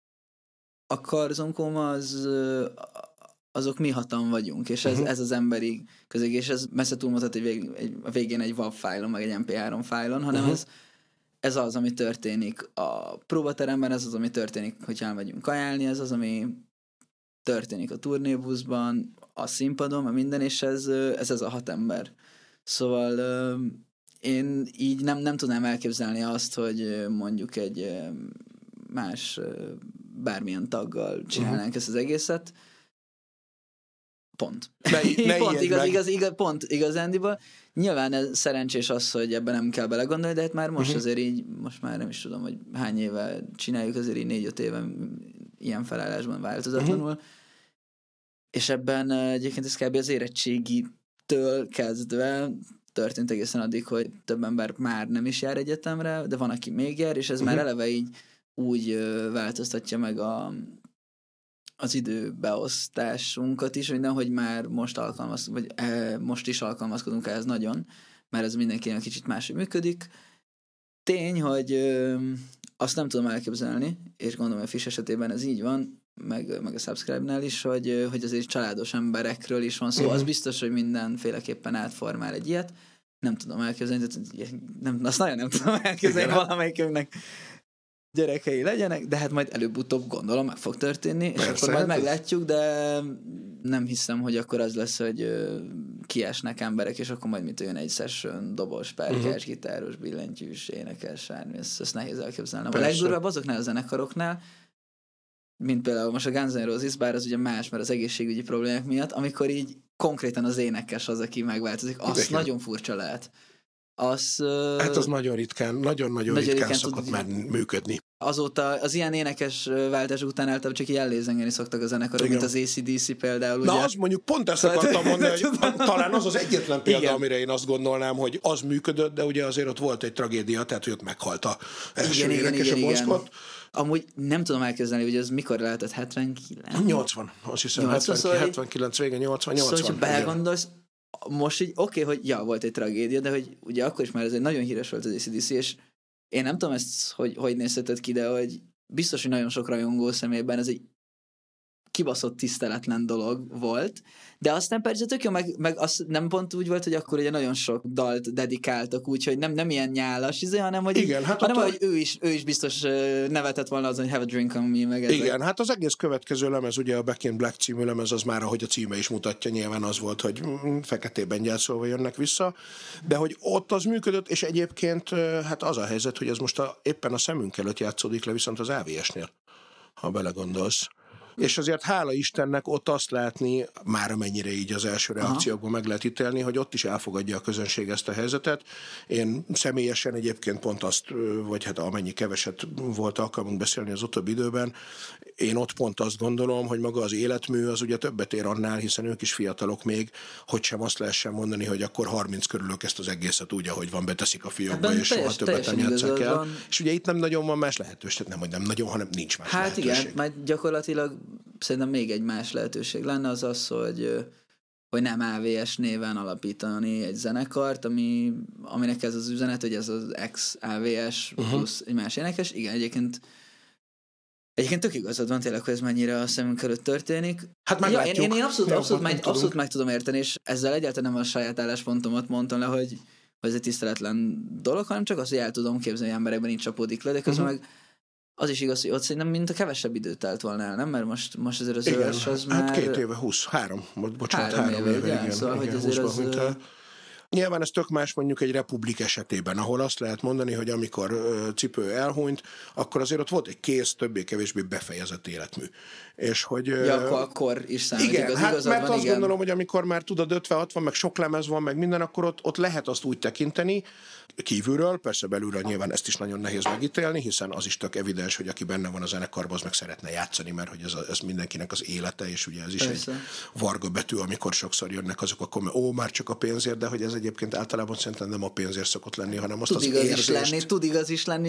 a Karzonkóma azok mi hatan vagyunk, és ez az emberi közeg, és ez messze túlmutat a végén egy WAV fájlon, meg egy MP3 fájlon, hanem ez az, ami történik a próbateremben, ez az, ami történik, hogy elmegyünk kajálni, ez az, ami történik a turnébuszban, a színpadon, minden, és ez a 6 ember. Szóval én így nem tudnám elképzelni azt, hogy mondjuk egy más bármilyen taggal csinálnánk ezt az egészet. Pont. Pont igazándiból. Nyilván ez szerencsés az, hogy ebben nem kell belegondolni, de hát már most azért így, most már nem is tudom, hogy hány éve csináljuk, azért így 4-5 éve ilyen felállásban változatlanul. És ebben egyébként ez kb. Az érettségitől kezdve történt egészen addig, hogy több ember már nem is jár egyetemre, de van, aki még jár, és ez már eleve így úgy változtatja meg az időbeosztásunkat is, hogy már most is alkalmazkodunk ehhez nagyon, mert ez mindenkinek kicsit máshogy működik. Tény, hogy azt nem tudom elképzelni, és gondolom, hogy a Fish esetében ez így van, meg a Subscribe-nál is, hogy azért családos emberekről is van szó. Az biztos, hogy mindenféleképpen átformál egy ilyet. Nem tudom elképzelni, azt nagyon nem tudom elképzelni, valamelyikünknek gyerekei legyenek, de hát majd előbb-utóbb gondolom meg fog történni, és akkor majd meglátjuk, de nem hiszem, hogy akkor az lesz, hogy kiesnek emberek, és akkor majd mit jön egy session, dobos, perkás, gitáros, billentyűs, énekes, ezt nehéz elképzelnem. A legdurvább azoknál a zenekaroknál, mint például most a Guns N' Roses, bár az ugye más, mert az egészségügyi problémák miatt, amikor így konkrétan az énekes az, aki megváltozik, az nagyon furcsa lehet. Hát az nagyon ritkán, nagyon ritkán szokott már működni. Azóta az ilyen énekes váltás után általában csak így ellézengeni szoktak a zenekarok, mint az AC/DC például. Na, ugye? az mondjuk pont ezt akartam mondani, hogy talán az az egyetlen példa, amire én azt gondolnám, hogy az működött, de ugye azért ott volt egy tragédia, tehát hogy ott meghalt a első énekes, a Bon Scott. Amúgy nem tudom elképzelni, hogy ez mikor lehetett, 79? 80, azt hiszem, 79 vége, 80. Szóval, hogyha belegondolsz, most így oké, hogy volt egy tragédia, de hogy ugye akkor is már ez egy nagyon híres volt az AC/DC, és én nem tudom ezt, hogy nézhetett ki, de hogy biztos, hogy nagyon sok rajongó szemében ez egy kibaszott tiszteletlen dolog volt, de aztán persze tök jó, meg az nem pont úgy volt, hogy akkor ugye nagyon sok dalt dedikáltak, úgyhogy nem ilyen nyálas, hanem hogy, igen, hát hanem hogy ő is biztos nevetett volna azon, hogy have a drink on me, meg ezek. Igen, hát az egész következő lemez, ugye a Back in Black című lemez, az már, ahogy a címe is mutatja, nyilván az volt, hogy feketében gyászolva jönnek vissza, de hogy ott az működött, és egyébként hát az a helyzet, hogy ez most éppen a szemünk előtt játszódik le, viszont az AVS-nél, ha belegondolsz. És azért hála Istennek ott azt látni, már amennyire így az első reakciókban meg lehet ítélni, hogy ott is elfogadja a közönség ezt a helyzetet. Én személyesen egyébként pont azt, vagy hát amennyi keveset volt alkalmunk beszélni az utóbbi időben, én ott pont azt gondolom, hogy maga az életmű az ugye többet ér annál, hiszen ők is fiatalok még, hogy sem azt lehessen mondani, hogy akkor 30 körülök ezt az egészet úgy, ahogy van, beteszik a fiókba, és soha többet nem játsszák el. Van. És ugye itt nem nagyon van más lehetőség, nem, hogy nem nagyon, hanem nincs más lehetőség. Hát igen, majd gyakorlatilag szerintem még egy más lehetőség lenne az, hogy nem AVS néven alapítani egy zenekart, aminek ez az üzenet, hogy ez az ex-AVS plusz egy más énekes. Igen, egyébként tök igazad van tényleg, hogy ez mennyire a szemünk előtt történik. Hát meglátjuk. Én abszolút meg tudom érteni, és ezzel egyáltalán nem a saját álláspontomat mondtam le, hogy ez egy tiszteletlen dolog, hanem csak azt, hogy el tudom képzelni, hogy emberekben így csapódik le, de közben meg az is igaz, hogy ott szerintem mint a kevesebb időt telt volna el, nem? Mert most azért az ős az már... Hát 2 éve, 3 éve, igen. Szóval, hogy azért az... Nyilván ez tök más mondjuk egy republik esetében, ahol azt lehet mondani, hogy amikor Cipő elhunyt, akkor azért ott volt egy kész, többé-kevésbé befejezett életmű. És hogy... akkor is számít. Igen, mert azt gondolom, hogy amikor már tudod 50-60, meg sok lemez van, meg minden, akkor ott lehet azt úgy tekinteni, kívülről, persze belülről nyilván ezt is nagyon nehéz megítélni, hiszen az is tök evidens, hogy aki benne van a zenekarban, az meg szeretne játszani, mert hogy ez mindenkinek az élete, és ugye ez is persze egy varga betű, amikor sokszor jönnek azok, akkor már csak a pénzért, de hogy ez egyébként általában szerintem nem a pénzért szokott lenni, hanem azt az érzést. Tud igaz is lenni,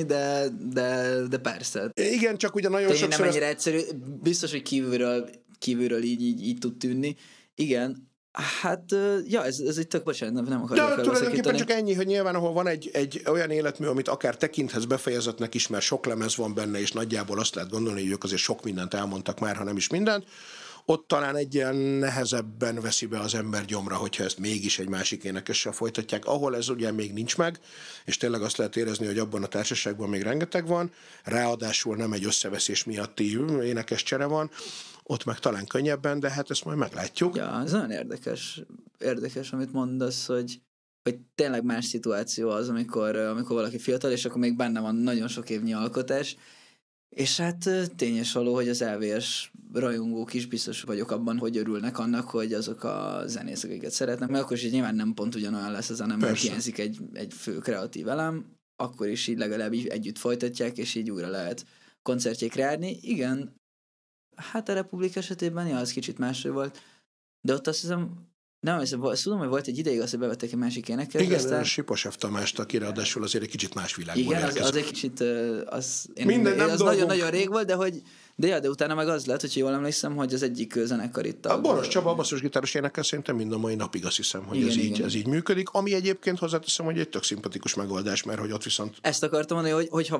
de persze. Igen, csak ugye nagyon sokszor... Nem ennyire egyszerű, biztos, hogy kívülről így tud tűnni. Igen, hát, ez egy tök, bocsánat, nem akarok felveszekítani. Tulajdonképpen csak ennyi, hogy nyilván, ahol van egy olyan életmű, amit akár tekinthetsz befejezetnek is, mert sok lemez van benne, és nagyjából azt lehet gondolni, hogy ők azért sok mindent elmondtak már, ha nem is mindent, ott talán egy ilyen nehezebben veszi be az ember gyomra, hogyha ezt mégis egy másik énekessel folytatják, ahol ez ugye még nincs meg, és tényleg azt lehet érezni, hogy abban a társaságban még rengeteg van, ráadásul nem egy összeveszés miatti énekes csere van, ott meg talán könnyebben, de hát ezt majd meglátjuk. Ja, ez nagyon érdekes, amit mondasz, hogy tényleg más szituáció az, amikor valaki fiatal, és akkor még benne van nagyon sok évnyi alkotás, és hát tényes való, hogy az AVS rajongók is biztos vagyok abban, hogy örülnek annak, hogy azok a zenészek, akiket szeretnek, mert akkor is így nyilván nem pont ugyanolyan lesz a zene, mert hiányzik egy fő kreatív elem, akkor is így legalább így együtt folytatják, és így újra lehet koncertjékre járni. Igen, hát a Republik esetében, az kicsit máshogy volt, de ott azt hiszem, nem, azt tudom, hogy volt egy ideig, azt, hogy bevettek egy másik énekes. Igen, aztán... Siposev Tamást, aki ráadásul azért egy kicsit más világból igen, az egy kicsit, az nagyon-nagyon rég volt, de hogy De utána meg az lett, hogy jól emlékszem, hogy az egyik zenekar itt a Boros Csaba, a basszusgitáros énekel, szerintem mind a mai napig azt hiszem, hogy igen, ez így működik, ami egyébként hozzáteszem, hogy egy tök szimpatikus megoldás, mert hogy ott viszont... Ezt akartam mondani, hogyha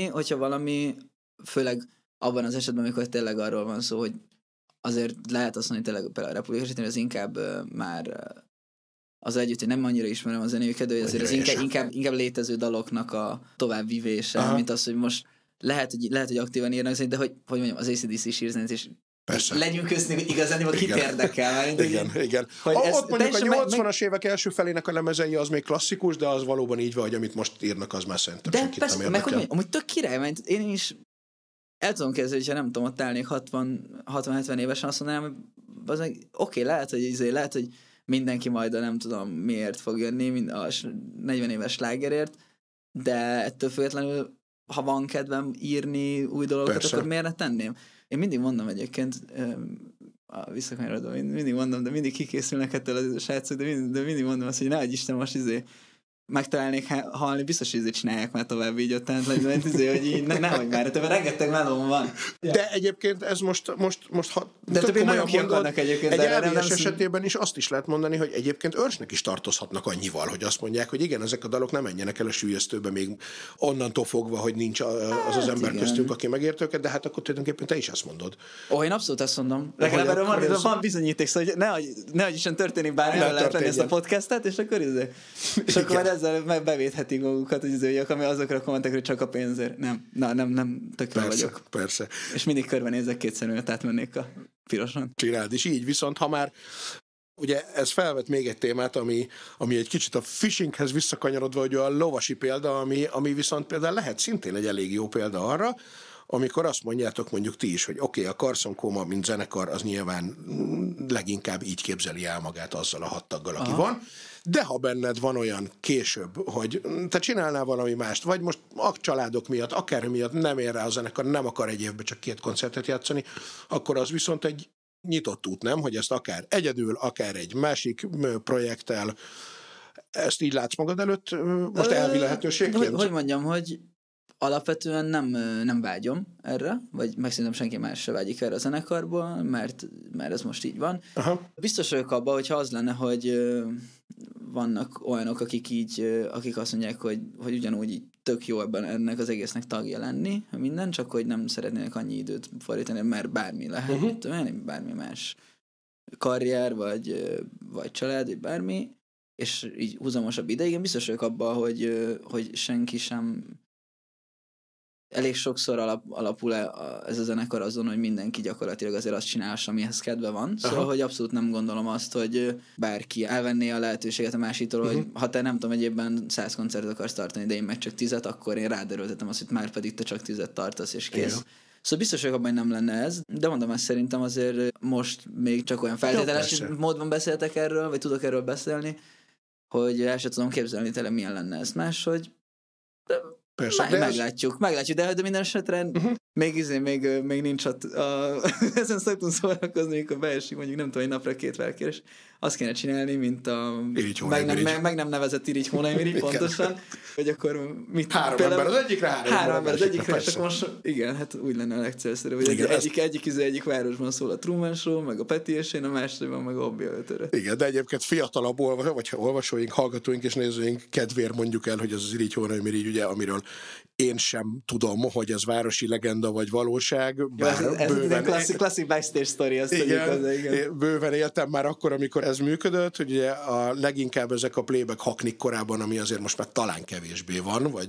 valami, főleg abban az esetben, amikor tényleg arról van szó, hogy azért lehet azt mondani, tényleg például a Republika esetén, az inkább már az együtt, hogy nem annyira ismerem a zenéjüket, de azért az inkább létező daloknak a továbbvívése, mint az, hogy most lehet, hogy aktívan írnak, de hogy mondjam, az AC/DC is írzenét, és persze. Legyünk közni, hogy igazán kit érdekel. Igen. Ott mondjuk a 80-as évek első felének a lemezei az még klasszikus, de az valóban így van, hogy amit most írnak, az már szerintem senkit nem érdekel. De persze, meg amúgy tök király, mert én is el tudom kezdeni, hogyha nem tudom, ott állnék 60-70 évesen, azt mondanám, hogy oké, lehet, hogy mindenki majd nem tudom miért fog jönni, a 40 éves slágerért, de ettől függetlenül, ha van kedvem írni új dolgokat, persze, akkor miért ne tenném? Én mindig mondom egyébként, visszakanyarodom, mindig mondom, de mindig kikészülnek ettől a srácok, de mindig mondom azt, hogy nehogy Isten most megtalálnék halni, biztos, hogy csinálják már tovább így ott, hogy így nehogy már, tehát rengeteg melóm van. De egyébként ez most de több nagyon kiakadnak egyébként. Egy elvélyes esetében is azt is lehet mondani, hogy egyébként őrsnek is tartozhatnak annyival, hogy azt mondják, hogy igen, ezek a dalok nem menjenek el a süllyesztőbe még onnantól fogva, hogy nincs az ember igen, köztünk, aki megért őket, de hát akkor tulajdonképpen te is ezt mondod. Én abszolút azt mondom. Legalább erről van bizonyíték, szóval nehogy Isten történik bármi, lehet venni ezt a podcastet, és akkor ezzel bevéthetik magukat, hogy azokra a kommentekre csak a pénzért. Nem tökéletes vagyok. Persze. És mindig körbenézek kétszer, hogy átmennék a piroson. Csináld is így, viszont ha már ugye ez felvet még egy témát, ami egy kicsit a phishinghez visszakanyarodva, hogy a lovasi példa, ami viszont például lehet szintén egy elég jó példa arra, amikor azt mondjátok mondjuk ti is, hogy oké, a Carson Coma, mint zenekar, az nyilván leginkább így képzeli el magát azzal a 6 taggal, aki van, de ha benned van olyan később, hogy te csinálnál valami mást, vagy most a családok miatt, akár miatt nem ér rá a zenekar, nem akar egy évben csak 2 koncertet játszani, akkor az viszont egy nyitott út, nem? Hogy ezt akár egyedül, akár egy másik projekttel, ezt így látsz magad előtt, most elvi lehetőségként? Hogy mondjam, hogy alapvetően nem vágyom erre, vagy meg szerintem senki más se vágyik erre a zenekarból, mert ez most így van. Aha. Biztos vagyok abban, hogyha az lenne, hogy vannak olyanok, akik azt mondják, hogy ugyanúgy így tök jó ennek az egésznek tagja lenni, minden, csak hogy nem szeretnének annyi időt fordítani, mert bármi lehet, bármi más karrier, vagy család, vagy bármi, és így húzamosabb ideig. Én biztos vagyok abban, hogy senki sem elég sokszor alapul ez a zenekar azon, hogy mindenki gyakorlatilag azért azt csinálsa, amihez kedve van. Szóval, aha, hogy abszolút nem gondolom azt, hogy bárki elvenné a lehetőséget a másiktól, hogy ha te nem tudom, egy évben 100 koncertet akarsz tartani, de én meg csak 10, akkor én rád erőltetem azt, hogy már pedig te csak 10 tartasz, és kész. Igen. Szóval biztos vagyok abban, hogy nem lenne ez, de mondom, ezt szerintem azért most még csak olyan feltételes módban beszéltek erről, vagy tudok erről beszélni, hogy el sem tudom képzelni tényleg milyen lenne ez máshogy. Persze, meglátjuk, de minden esetre még nincs ott ezen szoktunk szórakozni, amikor beesik mondjuk nem tudom, egy napra 2 felkérés, azt kéne csinálni, mint a meg nem nevezett Irigy Hónai pontosan, hogy akkor mit... 3 ember az egyikre, 3 ember az egyikre, és akkor most igen, hát úgy lenne a legcélszerűbb, hogy egyik városban szól a Truman Show, meg a Peti és én, a másikban meg a Hobby Öltöre. Igen, de egyébként fiatalabb olvasóink, hallgatóink és nézőink kedvéért mondjuk el, hogy az Irigy Hónai Mirigy, ugye, amiről én sem tudom, hogy ez városi legenda vagy valóság. Ez klasszik backstage story, azt igen. Bőven éltem már akkor, amikor ez működött, hogy ugye a leginkább ezek a playback haknik korában, ami azért most már talán kevésbé van, vagy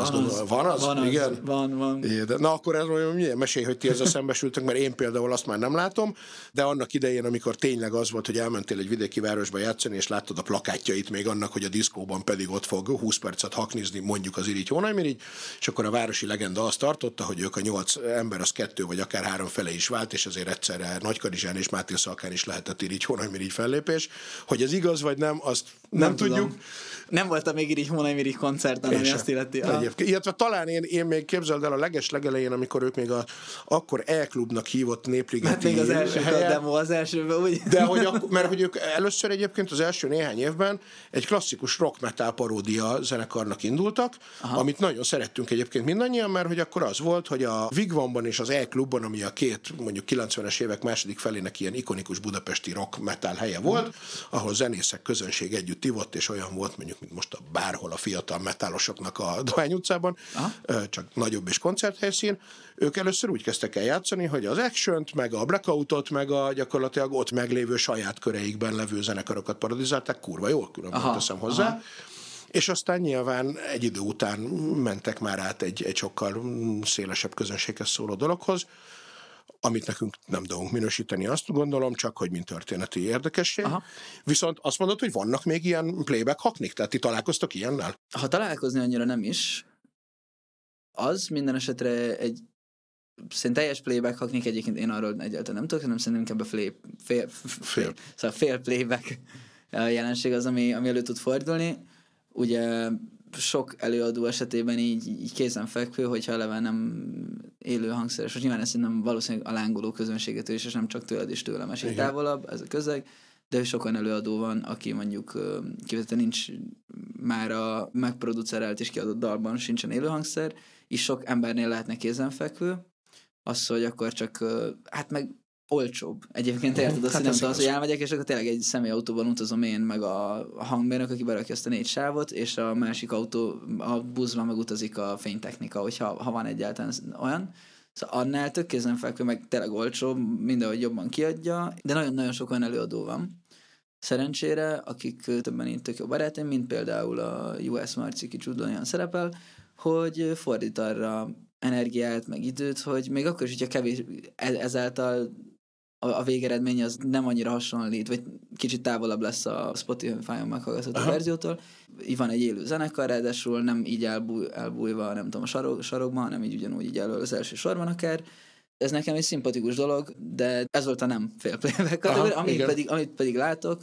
van. Na akkor ez milyen mesélj, hogy ti ezzel szembesültök, mert én például azt már nem látom, de annak idején, amikor tényleg az volt, hogy elmentél egy vidéki városba játszani, és láttad a plakátjait még annak, hogy a diszkóban pedig ott fog 20 percet haknizni, mondjuk az Irigy Hónai Mirigy, és akkor a városi legenda azt tartotta, hogy ők a 8 ember az 2 vagy akár 3 fele is vált, és azért egyszerre Nagykanizsán és Mátészalkán is lehetett Irigy Hónai Mirigy fellépés. Hogy ez igaz vagy nem, azt Nem tudjuk. Nem voltam még Irigy Hónai Mirich koncerten, ami azt illeti. Illetve talán én még képzeld el a legelején, amikor ők még akkor E-klubnak hívott Népligeti Hát még az első demo, az elsőben úgy. De mert hogy ők először egyébként az első néhány évben egy klasszikus rock metal paródia zenekarnak indultak, amit nagyon szerettünk egyébként mindannyian, mert hogy akkor az volt, hogy a Wigwamban és az E-klubban, ami a két mondjuk 90-es évek második felének ilyen ikonikus budapesti rock metal helye volt, ahol zenészek, közönség együtt ivott, és olyan volt mondjuk, mint most bárhol a fiatal metálosoknak a Dohány utcában, csak nagyobb és koncerthelyszín. Ők először úgy kezdtek el játszani, hogy az Action-t, meg a Blackoutot, meg a gyakorlatilag ott meglévő saját köreikben levő zenekarokat parodizálták, kurva jól, különben teszem hozzá. Aha. És aztán nyilván egy idő után mentek már át egy sokkal szélesebb közönséghez szóló dologhoz, amit nekünk nem dolgunk minősíteni, azt gondolom, csak hogy mint történeti érdekesség. Aha. Viszont azt mondod, hogy vannak még ilyen playback haknik? Tehát ti találkoztok ilyennel? Ha találkozni annyira nem is, az minden esetre egy szerintem teljes playback haknik, egyébként én arról egyáltalán nem tudok, hanem szerintem inkább a fél playback jelenség az, ami elő tud fordulni. Ugye sok előadó esetében így kézenfekvő, hogyha eleve nem élő hangszeres, most nyilván ezt szerintem valószínűleg a lángoló közönségetől is, és nem csak tőled és tőlem esik távolabb, ez a közeg, de sok olyan előadó van, aki mondjuk kivetően nincs már a megproducerált és kiadott dalban sincsen élő hangszer, és sok embernél lehetne kézenfekvő, az, hogy akkor csak, hát meg olcsóbb. Egyébként érted azt, hogy nem tudom, hogy elmegyek, és akkor tényleg egy személyautóban utazom én, meg a hangmérnök, aki berakja azt a 4 sávot, és a másik autó, a buszban meg utazik a fénytechnika, hogyha van egyáltalán olyan. Szóval annál tök kézenfekvő, meg tényleg olcsóbb, mindenhogy jobban kiadja, de nagyon-nagyon sok olyan előadó van. Szerencsére, akik többen itt tök jó barátaim, mint például a US Marci Kicsúdon olyan szerepel, hogy fordít arra energiát, meg időt, hogy még akkor is, hogyha kevés, ezáltal a végeredmény az nem annyira hasonlít, vagy kicsit távolabb lesz a Spotify-on meghallgatható verziótól. Így van egy élő zenekar, ráadásul nem így elbújva, nem tudom, a sarokban, hanem így ugyanúgy így elől az első sorban akár. Ez nekem egy szimpatikus dolog, de ez volt a nem fél playback. Amit pedig látok,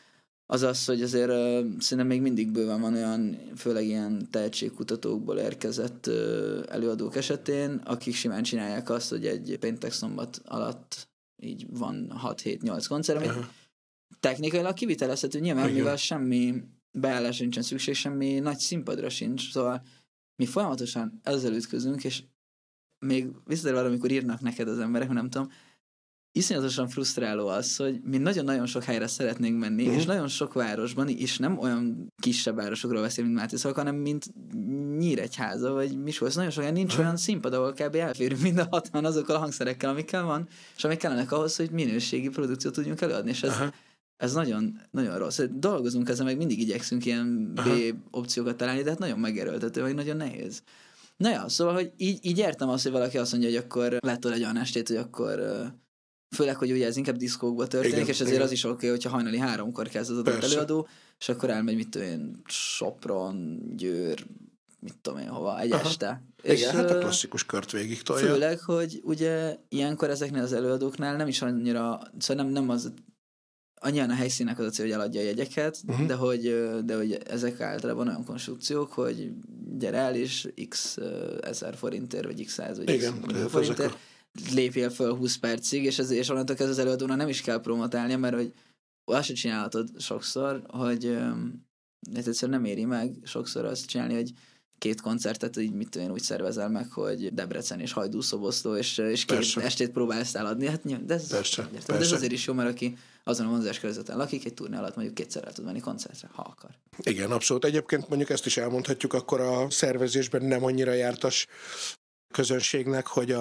az az, hogy azért szerintem még mindig bőven van olyan, főleg ilyen tehetségkutatókból érkezett előadók esetén, akik simán csinálják azt, hogy egy péntek-szombat alatt így van 6-7-8 koncert, amit technikailag kivitelezhető, nyilván, mivel semmi beállásra nincsen szükség, semmi nagy színpadra sincs, szóval mi folyamatosan ezzel ütközünk, és még visszatérve arra, amikor írnak neked az emberek, nem tudom, iszonyatosan frusztráló az, hogy mi nagyon-nagyon sok helyre szeretnénk menni, és nagyon sok városban, és nem olyan kisebb városokról beszélünk, mint Mátészalk, hanem mint Nyíregyháza, vagy Miskolc. Nagyon sok nincs olyan színpad, ahol kb. Elférünk mind a 60 azokkal a hangszerekkel, amikkel van, és amik kellenek ahhoz, hogy minőségi produkciót tudjunk előadni, és ez nagyon, nagyon rossz. Dolgozunk ezzel, meg mindig igyekszünk ilyen B opciókat találni, de hát nagyon megerőltető, vagy nagyon nehéz. Na ja, szóval, hogy így értem azt, hogy valaki azt mondja, hogy akkor láttól egy olyan estét, hogy akkor főleg, hogy ugye ez inkább diszkókba történik, igen, és ezért igen. Az is oké, hogyha hajnali 3-kor kezd az adott előadó, és akkor elmegy, mit tudom én, Sopron, Győr, mit tudom én hova, egy este. Igen, és hát a klasszikus kört végig tolja. Főleg, hogy ugye ilyenkor ezeknél az előadóknál nem is annyira, szóval nem az annyian a helyszínek az a cél, hogy eladja a jegyeket, de hogy ezek általában olyan konstrukciók, hogy gyere el, és x ezer forintért, vagy x 100, vagy igen, x forintért lépjél föl 20 percig, és onnantól kezdve az előadónak nem is kell promotálnia, mert hogy azt se csinálhatod sokszor, hogy egyszerűen nem éri meg sokszor azt csinálni, hogy 2 koncertet így mit tudom én úgy szervezel meg, hogy Debrecen és Hajdú-Szoboszló, és 2 estét próbálsz eladni. Hát, de ez azért is jó, mert aki azon a vonzás körületen lakik, egy turné alatt mondjuk 2-szer el tud menni koncertre, ha akar. Igen, abszolút. Egyébként mondjuk ezt is elmondhatjuk akkor a szervezésben nem annyira jártas közönségnek, hogy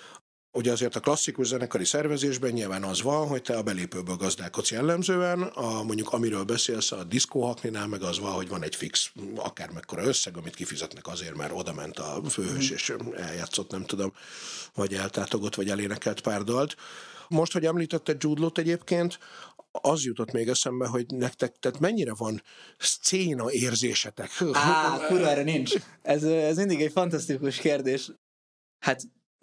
ugye azért a klasszikus zenekari szervezésben nyilván az van, hogy te a belépőből gazdálkodsz jellemzően, mondjuk amiről beszélsz a diszkóhakninál, meg az van, hogy van egy fix akármekkora összeg, amit kifizetnek azért, mert oda ment a főhős, és eljátszott, nem tudom, vagy eltátogott, vagy elénekelt pár dalt. Most, hogy említetted Jude Law-t egyébként, az jutott még eszembe, hogy nektek, tehát mennyire van szcéna érzésetek? Kurva, erre nincs. Ez mindig egy fantasztikus kérdés. Hát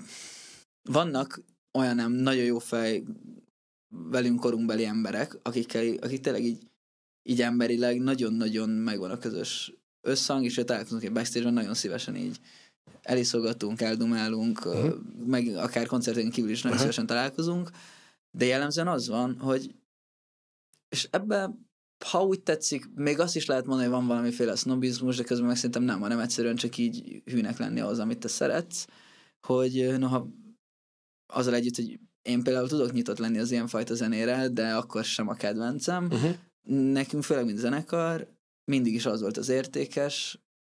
vannak olyan nem nagyon jó fej velünk korunkbeli emberek, akik tényleg így így emberileg nagyon-nagyon megvan a közös összhang, és találkozunk egy backstage-on, nagyon szívesen így eliszogatunk, eldumálunk, meg akár koncerteken kívül is nagyon szívesen találkozunk, de jellemzően az van, hogy és ebben, ha úgy tetszik, még azt is lehet mondani, hogy van valamiféle sznobizmus, de közben meg szerintem nem, hanem egyszerűen csak így hűnek lenni ahhoz, amit te szeretsz, hogy noha azzal együtt, hogy én például tudok nyitott lenni az ilyenfajta zenére, de akkor sem a kedvencem. Nekünk főleg, mint zenekar, mindig is az volt az értékes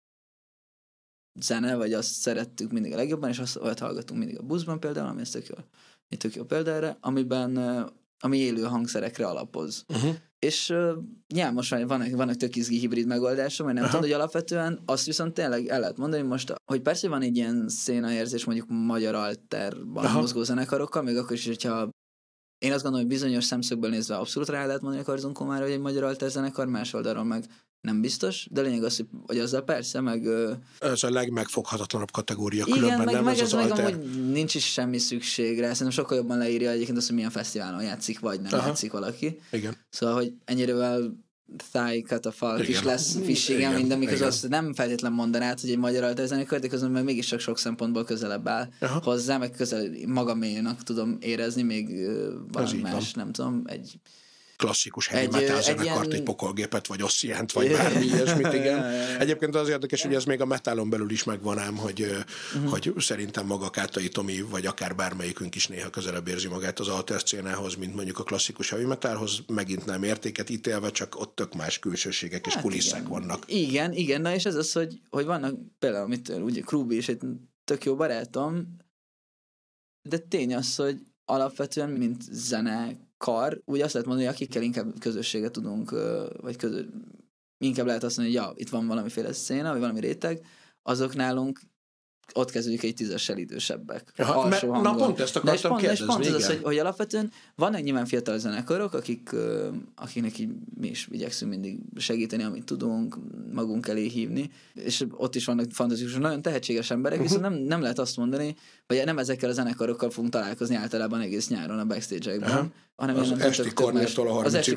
zene, vagy azt szerettük mindig a legjobban, és azt olyat hallgatunk mindig a buszban például, ami ez tök jó példa erre, ami élő hangszerekre alapoz. És most vannak tök izgi hibrid megoldások, mert nem tudom, hogy alapvetően azt viszont tényleg el lehet mondani most, hogy persze van egy ilyen szénaérzés mondjuk magyar alterban mozgó zenekarokkal, még akkor is, hogyha én azt gondolom, hogy bizonyos szemszögből nézve abszolút rá lehet mondani a Karzunkomára, hogy egy magyar alter zenekar, más oldalról meg nem biztos, de lényeg az, hogy azzal persze, meg... Ez a legmegfoghatatlanabb kategória, igen, különben nem ez az alter. Amúgy nincs is semmi szükség rá, szerintem sokkal jobban leírja egyébként azt, hogy milyen fesztiválon játszik, vagy nem játszik valaki. Igen. Szóval, hogy ennyire Thigh Falk is lesz fissigem, minden, miközben azt nem feltétlen mondanád, hogy egy magyar alter zenekar, de közben meg mégiscsak sok szempontból közelebb áll hozzá, meg magaménak tudom érezni, még valami más, nem tudom, egy klasszikus heavy metal zenekart, egy pokolgépet, vagy Ossiant, vagy bármi ilyesmit, igen. Egyébként az érdekes, hogy ez még a metalon belül is megvan ám, hogy szerintem maga Kátai Tomi, vagy akár bármelyikünk is néha közelebb érzi magát az alter szcénához, mint mondjuk a klasszikus heavy metalhoz, megint nem értéket ítélve, csak ott tök más külsőségek és kulisszák vannak. Igen, na és ez az, hogy vannak például, amit ugye Krúbi is egy tök jó barátom, de tény az, hogy alapvetően, mint zenekar, úgy azt lehet mondani, hogy akikkel inkább közösséget tudunk, vagy inkább lehet azt mondani, hogy itt van valamiféle széna, vagy valami réteg, azok nálunk ott kezdődik egy 10-essel idősebbek. Na pont ezt akartam kérdezni. És pont ez az, hogy alapvetően vannak nyilván fiatal zenekarok, akiknek így mi is igyekszünk mindig segíteni, amit tudunk, magunk elé hívni, és ott is vannak fantasztikus, nagyon tehetséges emberek, viszont nem lehet azt mondani, hogy nem ezekkel a zenekarokkal fogunk találkozni általában egész nyáron a backstage-ekben, hanem az esti Kornértól a 30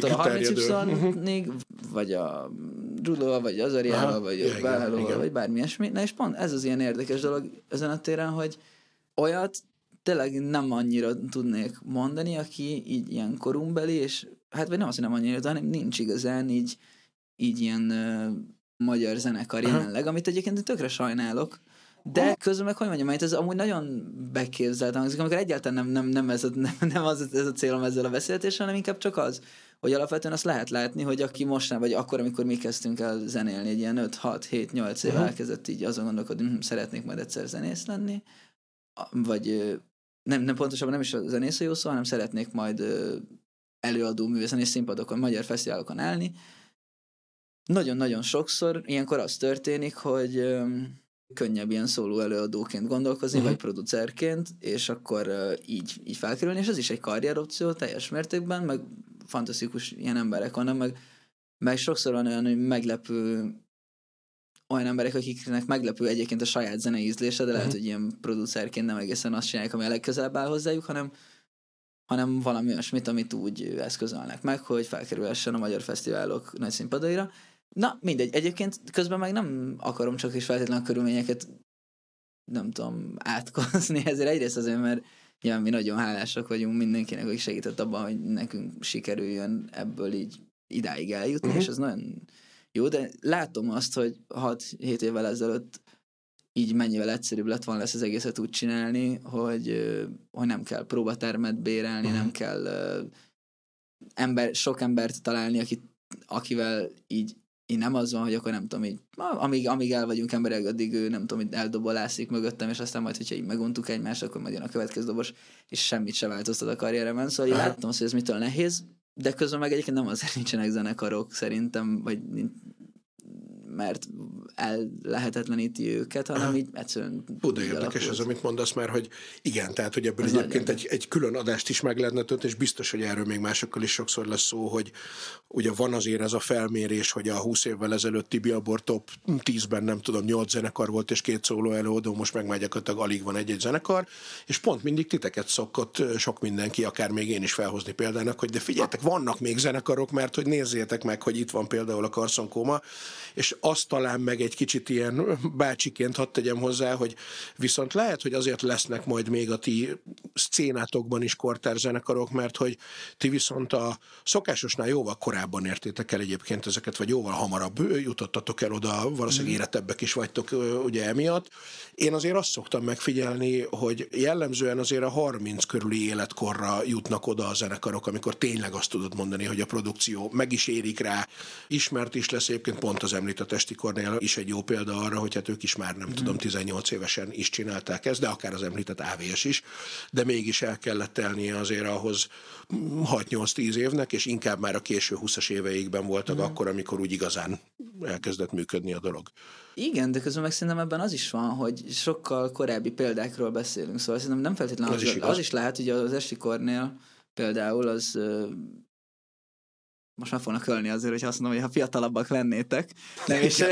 Y-ig, vagy a Rudóval, vagy Azariával, vagy Válhálóval, vagy bármi ilyesmi. Na és pont ez az ilyen érdekes dolog ezen a téren, hogy olyat tényleg nem annyira tudnék mondani, aki így ilyen korunkbeli, és hát vagy nem azt, hogy nem annyira, hanem nincs igazán így ilyen magyar zenekar jelenleg, amit egyébként tökre sajnálok. De közben meg, hogy mondjam, mert ez amúgy nagyon beképzelt hangzik, amikor egyáltalán nem ez a célom ezzel a beszélgetéssel, hanem inkább csak az, hogy alapvetően azt lehet látni, hogy aki most vagy akkor, amikor mi kezdtünk el zenélni, egy ilyen 5-6-7-8 év elkezdett így azon gondolkodni, hogy szeretnék majd egyszer zenész lenni, vagy nem pontosabban nem is a zenész a jó szó, hanem szeretnék majd előadó művészen és színpadokon, magyar fesztiválokon állni. Nagyon-nagyon sokszor ilyenkor az történik, hogy könnyebb ilyen szóló előadóként gondolkozni, vagy producerként, és akkor így felkerülni, és ez is egy karrieropció teljes mértékben, meg fantasztikus ilyen emberek vannak, meg sokszor van olyan, hogy meglepő olyan emberek, akiknek meglepő egyébként a saját zenei ízlése, de lehet, hogy ilyen producerként nem egészen azt csinálják, ami a legközelebb áll hozzájuk, hanem valami olyasmit, amit úgy eszközölnek meg, hogy felkerülhessen a magyar fesztiválok nagy színpadaira. Na, mindegy. Egyébként közben meg nem akarom csak is feltétlenül a körülményeket nem tudom, átkozni. Ezért egyrészt azért, mert mi nagyon hálásak vagyunk mindenkinek, aki segített abban, hogy nekünk sikerüljön ebből így idáig eljutni, és ez nagyon jó, de látom azt, hogy 6-7 évvel ezelőtt így mennyivel egyszerűbb lett volna lesz az egészet úgy csinálni, hogy nem kell próbatermet bérelni, nem kell sok embert találni, akivel így nem az van, hogy akkor nem tudom, így, amíg el vagyunk emberek, addig ő nem tudom, így eldobolászik mögöttem, és aztán majd, hogyha így meguntuk egymást, akkor majd jön a következő dobos, és semmit sem változtat a karrieremen. Szóval így láttam azt, hogy ez mitől nehéz, de közben meg egyébként nem azért nincsenek zenekarok szerintem, vagy mert ellehetetleníti őket, hanem így egyszerűen... De érdekes az, amit mondasz már, hogy igen, tehát hogy ebből egyébként egy külön adást is meg lehetne tölteni, és biztos, hogy erről még másokkal is sokszor lesz szó, hogy ugye van azért ez a felmérés, hogy a 20 évvel ezelőtti Billboard Top 10-ben nem tudom, 8 zenekar volt, és 2 szóló előadó, most meg már gyakorlatilag alig van egy-egy zenekar, és pont mindig titeket szokott sok mindenki, akár még én is felhozni példának, hogy de figyeljetek, vannak még zenekarok, mert hogy nézzétek meg, hogy itt van például a Carson Coma, és azt talán meg egy kicsit ilyen bácsiként hadd tegyem hozzá, hogy viszont lehet, hogy azért lesznek majd még a ti szcénátokban is kortárs zenekarok, mert hogy ti viszont a szokásosnál jóval korábban értétek el egyébként ezeket, vagy jóval hamarabb jutottatok el oda, valószínűleg érettebbek is vagytok ugye emiatt. Én azért azt szoktam megfigyelni, hogy jellemzően azért a 30 körüli életkorra jutnak oda a zenekarok, amikor tényleg azt tudod mondani, hogy a produkció meg is érik rá, ismert is lesz, egyébként pont az említett Estikornél is egy jó példa arra, hogy hát ők is már nem tudom, 18 évesen is csinálták ezt, de akár az említett AVS is, de mégis el kellett telnie azért ahhoz 6-8-10 évnek, és inkább már a késő 20-as éveikben voltak akkor, amikor úgy igazán elkezdett működni a dolog. Igen, de közben meg szerintem ebben az is van, hogy sokkal korábbi példákról beszélünk, szóval szerintem nem feltétlenül az is lehet, hogy az Estikornél például az most meg fognak ölni azért, hogy azt mondom, hogy ha fiatalabbak lennétek, nem is...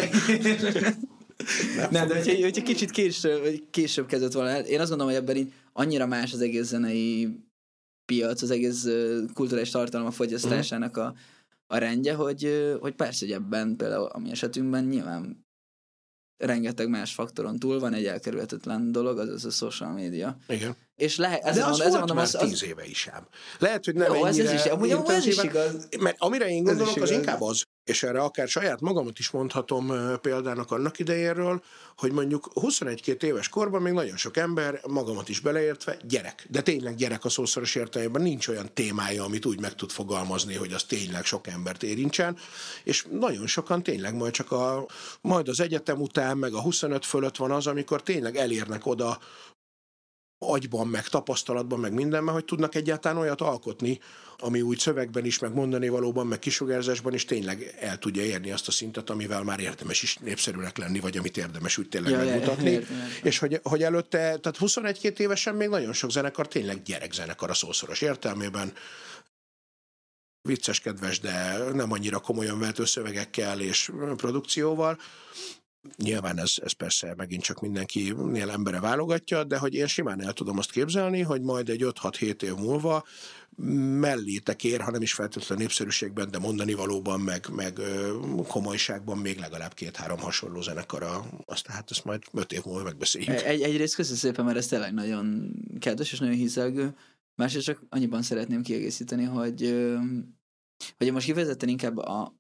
Nem, de hogyha kicsit később kezdett volna el, én azt gondolom, hogy ebben így annyira más az egész zenei piac, az egész kulturális tartalom a fogyasztásának a rendje, hogy persze, hogy ebben például a mi esetünkben nyilván rengeteg más faktoron túl van egy elkerülhetetlen dolog, az a social media. Igen. És de az volt már 10 éve is ám. Lehet, hogy nem ennyire intenzíven, mert amire én gondolok, az inkább az, és erre akár saját magamat is mondhatom példának annak idejéről, hogy mondjuk 21-22 éves korban még nagyon sok ember, magamat is beleértve, gyerek. De tényleg gyerek a szószoros értelemben, nincs olyan témája, amit úgy meg tud fogalmazni, hogy az tényleg sok embert érintsen, és nagyon sokan tényleg majd az egyetem után, meg a 25 fölött van az, amikor tényleg elérnek oda agyban, meg tapasztalatban, meg mindenben, hogy tudnak egyáltalán olyat alkotni, ami úgy szövegben is, meg mondani valóban, meg kisugárzásban is tényleg el tudja érni azt a szintet, amivel már érdemes is népszerűnek lenni, vagy amit érdemes úgy tényleg megmutatni. Értem. És hogy előtte, tehát 21-22 évesen még nagyon sok zenekar tényleg gyerekzenekar a szószoros értelmében, vicces, kedves, de nem annyira komolyan vehető szövegekkel és produkcióval. Nyilván ez persze megint csak mindenkinél embere válogatja, de hogy én simán el tudom azt képzelni, hogy majd egy 5-6-7 év múlva mellétek ér, ha nem is feltétlenül népszerűségben, de mondani valóban, meg komolyságban még legalább 2-3 hasonló zenekara. Hát ezt majd 5 év múlva megbeszéljük. Egyrészt köszönöm szépen, mert ez tényleg nagyon kedves és nagyon hízelgő. Másrészt csak annyiban szeretném kiegészíteni, hogy én most kifejezetten inkább a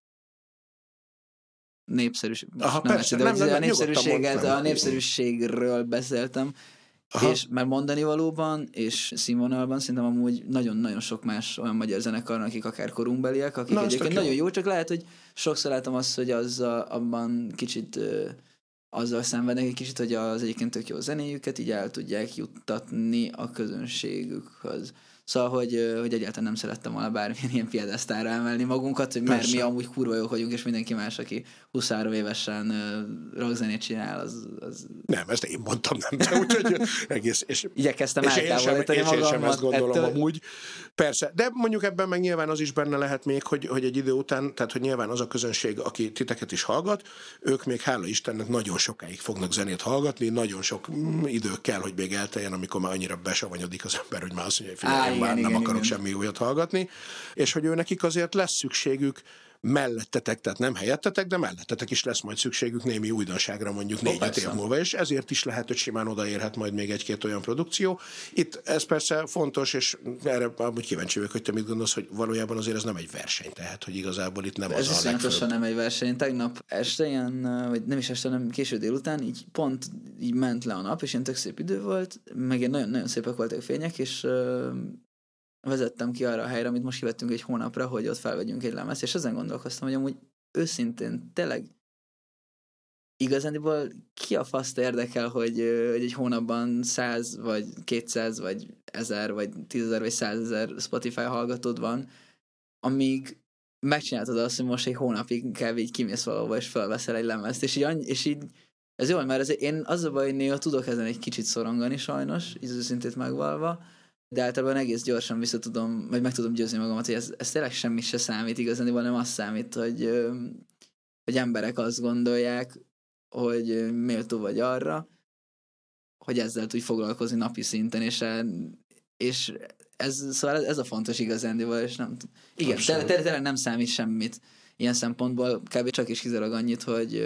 népszerűségről beszéltem, és már mondani valóban, és színvonalban szerintem amúgy nagyon-nagyon sok más olyan magyar zenekarnak, akik akár korunkbeliek, akik egyébként nagyon jó, csak lehet, hogy sokszor látom azt, hogy abban kicsit azzal szenvednek egy kicsit, hogy az egyébként tök jó zenéjüket így el tudják juttatni a közönségükhöz. Szóval, hogy egyáltalán nem szerettem volna bármilyen ilyen piedesztára emelni magunkat, hogy mert mi amúgy kurva jók vagyunk, és mindenki más, aki 23 évesen rockzenét csinál, az... Nem, ezt én mondtam, nem. Úgyhogy egész... Igyekeztem eltávolítani magamat. És én sem ezt gondolom amúgy. Persze, de mondjuk ebben meg nyilván az is benne lehet még, hogy egy idő után, tehát hogy nyilván az a közönség, aki titeket is hallgat, ők még hála Istennek nagyon sokáig fognak zenét hallgatni, nagyon sok idő kell, hogy még elteljen, amikor már annyira besavanyodik az ember, hogy már azt mondja, hogy nem akarok semmi újat hallgatni, és hogy nekik azért lesz szükségük mellettetek, tehát nem helyettetek, de mellettetek is lesz majd szükségük némi újdonságra mondjuk 4-5 év múlva, és ezért is lehet, hogy simán odaérhet majd még egy-két olyan produkció. Itt ez persze fontos, és erre amúgy kíváncsi vagyok, hogy te mit gondolsz, hogy valójában azért ez nem egy verseny, tehát hogy igazából itt nem ez az a legfőbb. Nem egy verseny. Tegnap este ilyen, vagy nem is este, hanem késő délután, így pont így ment le a nap, és ilyen tök szép idő volt, meg ilyen nagyon-nagyon szépek voltak a fények, és vezettem ki arra a helyre, amit most kivettünk egy hónapra, hogy ott felvegyünk egy lemezt, és ezen gondolkoztam, hogy amúgy őszintén tényleg igazándiból ki a faszt érdekel, hogy egy hónapban 100 vagy 200 vagy 1000 vagy 10 000 vagy 100 000 Spotify hallgatód van, amíg megcsináltad azt, hogy most egy hónapig kell így kimész valahova, és felveszel egy lemezt, és így ez jó, mert én az a baj, hogy néha tudok ezen egy kicsit szorongani sajnos, így az őszintét megvalva, de általában egész gyorsan vagy meg tudom győzni magamat, hogy ez tényleg semmi se számít igazán, nem az számít, hogy emberek azt gondolják, hogy méltó vagy arra, hogy ezzel tudj foglalkozni napi szinten, és szóval ez a fontos igazándiból, és nem igen, tényleg nem számít semmit ilyen szempontból, kb. Csak is kizárólag annyit,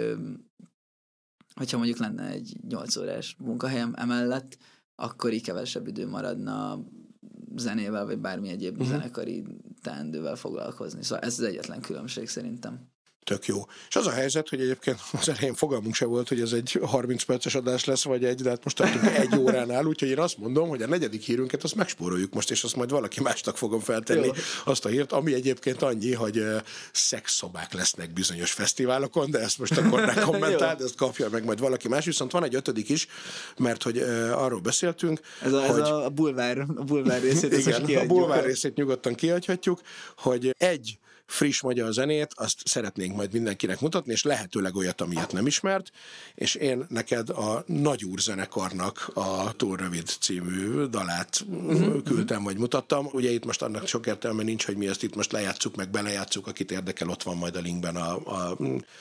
hogyha mondjuk lenne egy 8 órás munkahelyem emellett, akkor így kevesebb idő maradna zenével, vagy bármi egyéb zenekari teendővel foglalkozni. Szóval ez az egyetlen különbség szerintem. Tök jó. És az a helyzet, hogy egyébként az elején fogalmunk se volt, hogy ez egy 30 perces adás lesz, vagy de hát most tartunk 1 óránál, úgyhogy én azt mondom, hogy a 4. hírünket azt megspóroljuk most, és azt majd valaki másnak fogom feltenni, azt a hírt, ami egyébként annyi, hogy szexszobák lesznek bizonyos fesztiválokon, de ezt most akkor ne kommentáld, ezt kapja meg majd valaki más, viszont van egy 5. is, mert hogy arról beszéltünk, ez a bulvár részét. Igen, a bulvár részét nyugodtan kihagyhatjuk, hogy egy friss magyar zenét, azt szeretnénk majd mindenkinek mutatni, és lehetőleg olyat, amilyet nem ismert, és én neked a Nagyúr zenekarnak a Túl rövid című dalát küldtem, vagy mutattam. Ugye itt most annak sok értelme nincs, hogy mi ezt itt most lejátszuk, meg belejátszuk, akit érdekel, ott van majd a linkben a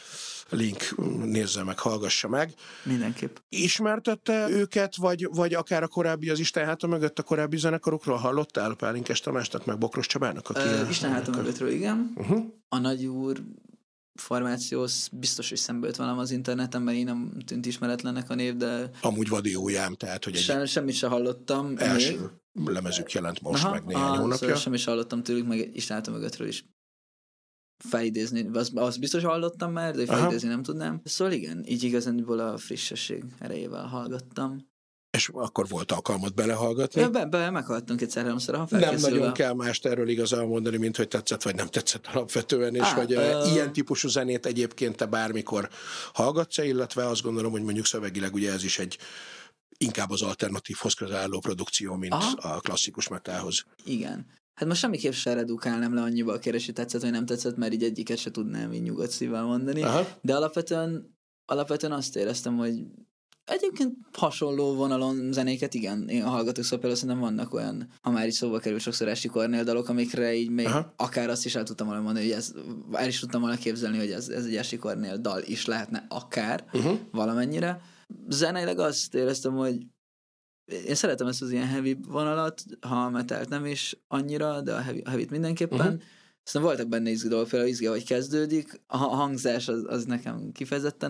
link, nézze meg, hallgassa meg. Mindenképp. Ismertette őket, vagy akár a korábbi, az Isten háta mögött a korábbi zenekarokról hallottál? Pálinkás Tamásnak, meg Bokros Csabának? Isten háta mögöttről, igen. A Nagyúr formáció biztos, hogy szembe jött velem az interneten, mert én nem tűnt ismeretlennek a név, de... Amúgy vadi ójám, tehát, hogy semmit se hallottam. Első lemezük jelent most, meg néhány hónapja. Szóval semmit se hallottam tőlük, meg Isten háta mögöttről is felidézni, azt biztos hallottam már, de felidézni nem tudnám. Szóval igen, így igazándiból a frissesség erejével hallgattam. És akkor volt alkalmat belehallgatni? Meghallgattunk egyszer-háromszor, ha felkészülve. Nem nagyon kell mást erről igazán mondani, mint hogy tetszett, vagy nem tetszett alapvetően, és hogy ilyen típusú zenét egyébként te bármikor hallgatsz, illetve azt gondolom, hogy mondjuk szövegileg ugye ez is egy inkább az alternatívhoz közel álló produkció, mint a klasszikus metalhoz. Igen. Hát most semmiképp se redukálnám le annyiba a kérdés, hogy tetszett vagy nem tetszett, mert így egyiket se tudnám így nyugodt szívvel mondani. De alapvetően azt éreztem, hogy egyébként hasonló vonalon zenéket, igen, én hallgatok, szóval például szerintem vannak olyan, ha már így szóba kerül sokszor Esti Kornél dalok, amikre így még akár azt is el tudtam volna mondani, hogy el is tudtam volna képzelni, hogy ez egy Esti Kornél dal is lehetne akár valamennyire. Zeneileg azt éreztem, hogy én szeretem ezt az ilyen heavy vonalat, ha a metalt nem is annyira, de a heavy-t mindenképpen. Aztán voltak benne izgi dolgok, például izgi, hogy kezdődik. A hangzás az nekem kifejezetten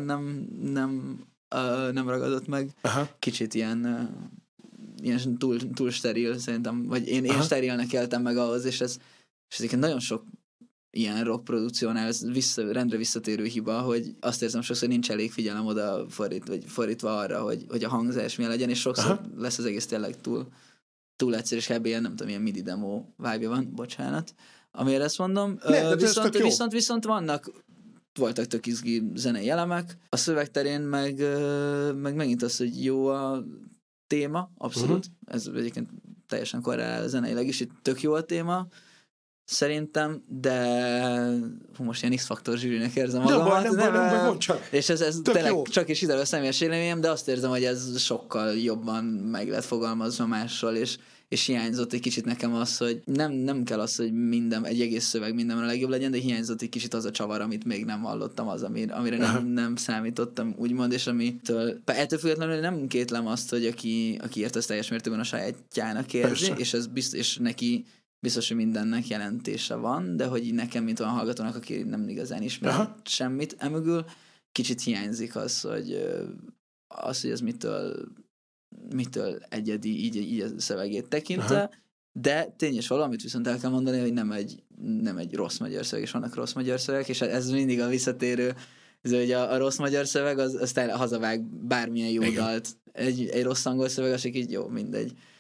nem ragadott meg. Kicsit ilyen túl steril szerintem, vagy én sterilnek éltem meg ahhoz, és ez egyébként nagyon sok ilyen rock produkciónál ez rendre visszatérő hiba, hogy azt érzem sokszor nincs elég figyelem oda fordítva arra, hogy a hangzás milyen legyen, és sokszor lesz az egész tényleg túl egyszerű, és kb. Ilyen, nem tudom, ilyen MIDI demo vibe van, bocsánat, amire ezt mondom. Viszont voltak tök izgi zenei elemek, a szövegterén meg megint az, hogy jó a téma, abszolút, ez egyébként teljesen korrelál zeneileg is, itt tök jó a téma, szerintem, de most ilyen X-faktor zsűrinek érzem magamat. Nem, csak. És ez tényleg csak is ide a személyes élményem, de azt érzem, hogy ez sokkal jobban meg lett fogalmazva mással, és hiányzott egy kicsit nekem az, hogy nem kell az, hogy egy egész szöveg mindenben a legjobb legyen, de hiányzott egy kicsit az a csavar, amit még nem hallottam, amire nem számítottam, úgymond, és ettől függetlenül nem kétlem azt, hogy aki ért, az teljes mértékben a sajátjának érzi, és neki biztos, hogy mindennek jelentése van, de hogy nekem, mint olyan hallgatónak, aki nem igazán ismer semmit emögül, kicsit hiányzik az, hogy ez mitől egyedi így a szövegét tekintve, de tényes valamit viszont el kell mondani, hogy nem egy rossz magyar szöveg, és vannak rossz magyar szövegek, és ez mindig a visszatérő, hogy a rossz magyar szöveg az tényleg hazavág bármilyen jó dalt. Egy rossz angol szöveg, az így jó, mindegy.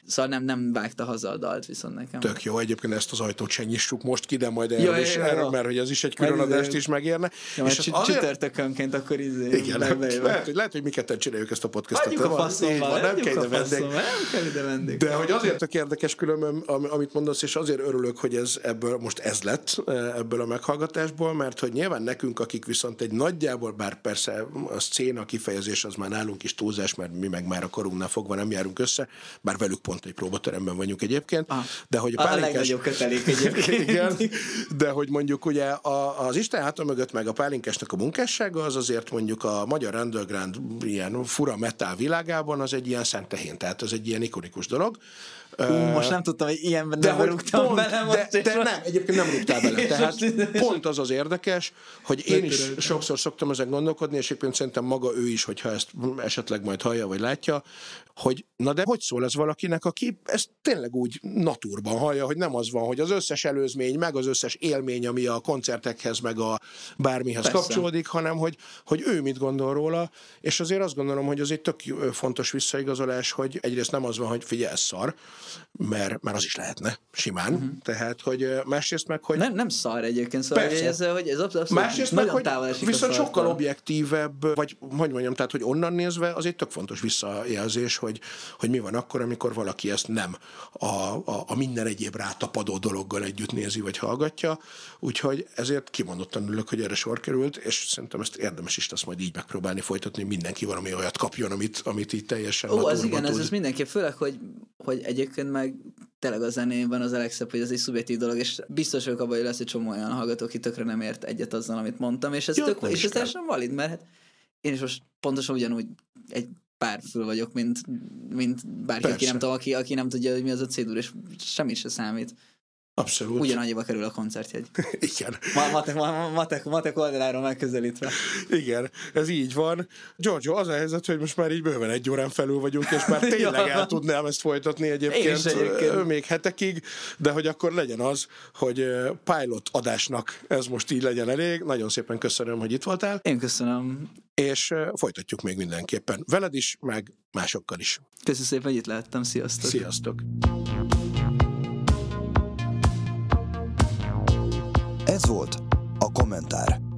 Szóval nem vágta haza a dalt viszont nekem. Tök jó, egyébként ezt az ajtót se nyissuk most ki, de majd erről, mert hogy ez is egy külön adást is megérne. Ja, és csütörtökönként akkor igen, lehet, hogy mi ketten csináljuk ezt a podcastot. Adjuk a faszomba, nem kell ide vendég. De hogy azért tök érdekes különben, amit mondasz, és azért örülök, hogy ez lett ebből a meghallgatásból, mert hogy nyilván nekünk, akik viszont egy nagyjából, bár persze a szcéna kifejezés az már nálunk is túlzás, mert mi meg már a korunknál fogva nem járunk össze, bár velük pont egy próbateremben vagyunk egyébként. De hogy a legnagyobb kötelék egyébként. Igen, de hogy mondjuk ugye az Isten háta mögött meg a Pálinkásnak a munkássága az azért mondjuk a magyar underground ilyen fura metal világában az egy ilyen szent tehén, tehát az egy ilyen ikonikus dolog. Most nem tudtam, hogy ilyenben nem rúgtam bele most. De nem, egyébként nem rúgtál bele. Tehát pont az érdekes, hogy én is sokszor szoktam ezen gondolkodni, és egyébként szerintem maga ő is, hogyha ezt esetleg majd hallja, vagy látja, hogy na de hogy szól ez valakinek, aki ezt tényleg úgy naturban hallja, hogy nem az van, hogy az összes előzmény, meg az összes élmény, ami a koncertekhez, meg a bármihez kapcsolódik, hanem hogy ő mit gondol róla, és azért azt gondolom, hogy az egy tök fontos visszaigazolás, hogy egyrészt nem az van, hogy figyelj, ez szar, mert az is lehetne simán, tehát, hogy másrészt meg, hogy... Nem szar egyébként, szóval hogy ez abszolút másrészt meg, hogy viszont sokkal objektívebb, vagy hogy mondjam, tehát, hogy onnan nézve az egy tök fontos visszajelzés, hogy mi van akkor, amikor valaki ezt nem a minden egyéb rátapadó dologgal együtt nézi, vagy hallgatja, úgyhogy ezért kimondottan ülök, hogy erre sor került, és szerintem ezt érdemes is lesz majd így megpróbálni folytatni, hogy mindenki valami olyat kapjon, amit így teljesen az igen, ez mindenképp, főleg, hogy egyébként meg tényleg a zenében az a legszebb, hogy ez egy szubjektív dolog, és biztos vagyok abban, hogy lesz egy csomó olyan hallgató, aki tökre nem ért egyet azzal, amit mondtam, és ez teljesen valid, mert hát én is most pontosan ugyanúgy egy pár fül vagyok, mint bárki, aki nem tudom, aki nem tudja, hogy mi az a C-dur, és semmit se számít. Abszolút. Ugyanannyiba kerül a koncertjegy. Igen. Matek oldaláról megközelítve. Igen, ez így van. Giorgio, az a helyzet, hogy most már így bőven 1 órán felül vagyunk, és már tényleg el tudnám ezt folytatni egyébként még hetekig, de hogy akkor legyen az, hogy pilot adásnak ez most így legyen elég. Nagyon szépen köszönöm, hogy itt voltál. Én köszönöm. És folytatjuk még mindenképpen. Veled is, meg másokkal is. Köszönöm szépen, hogy itt lehettem. Sziasztok. Sziasztok. Ez volt a Kommentár.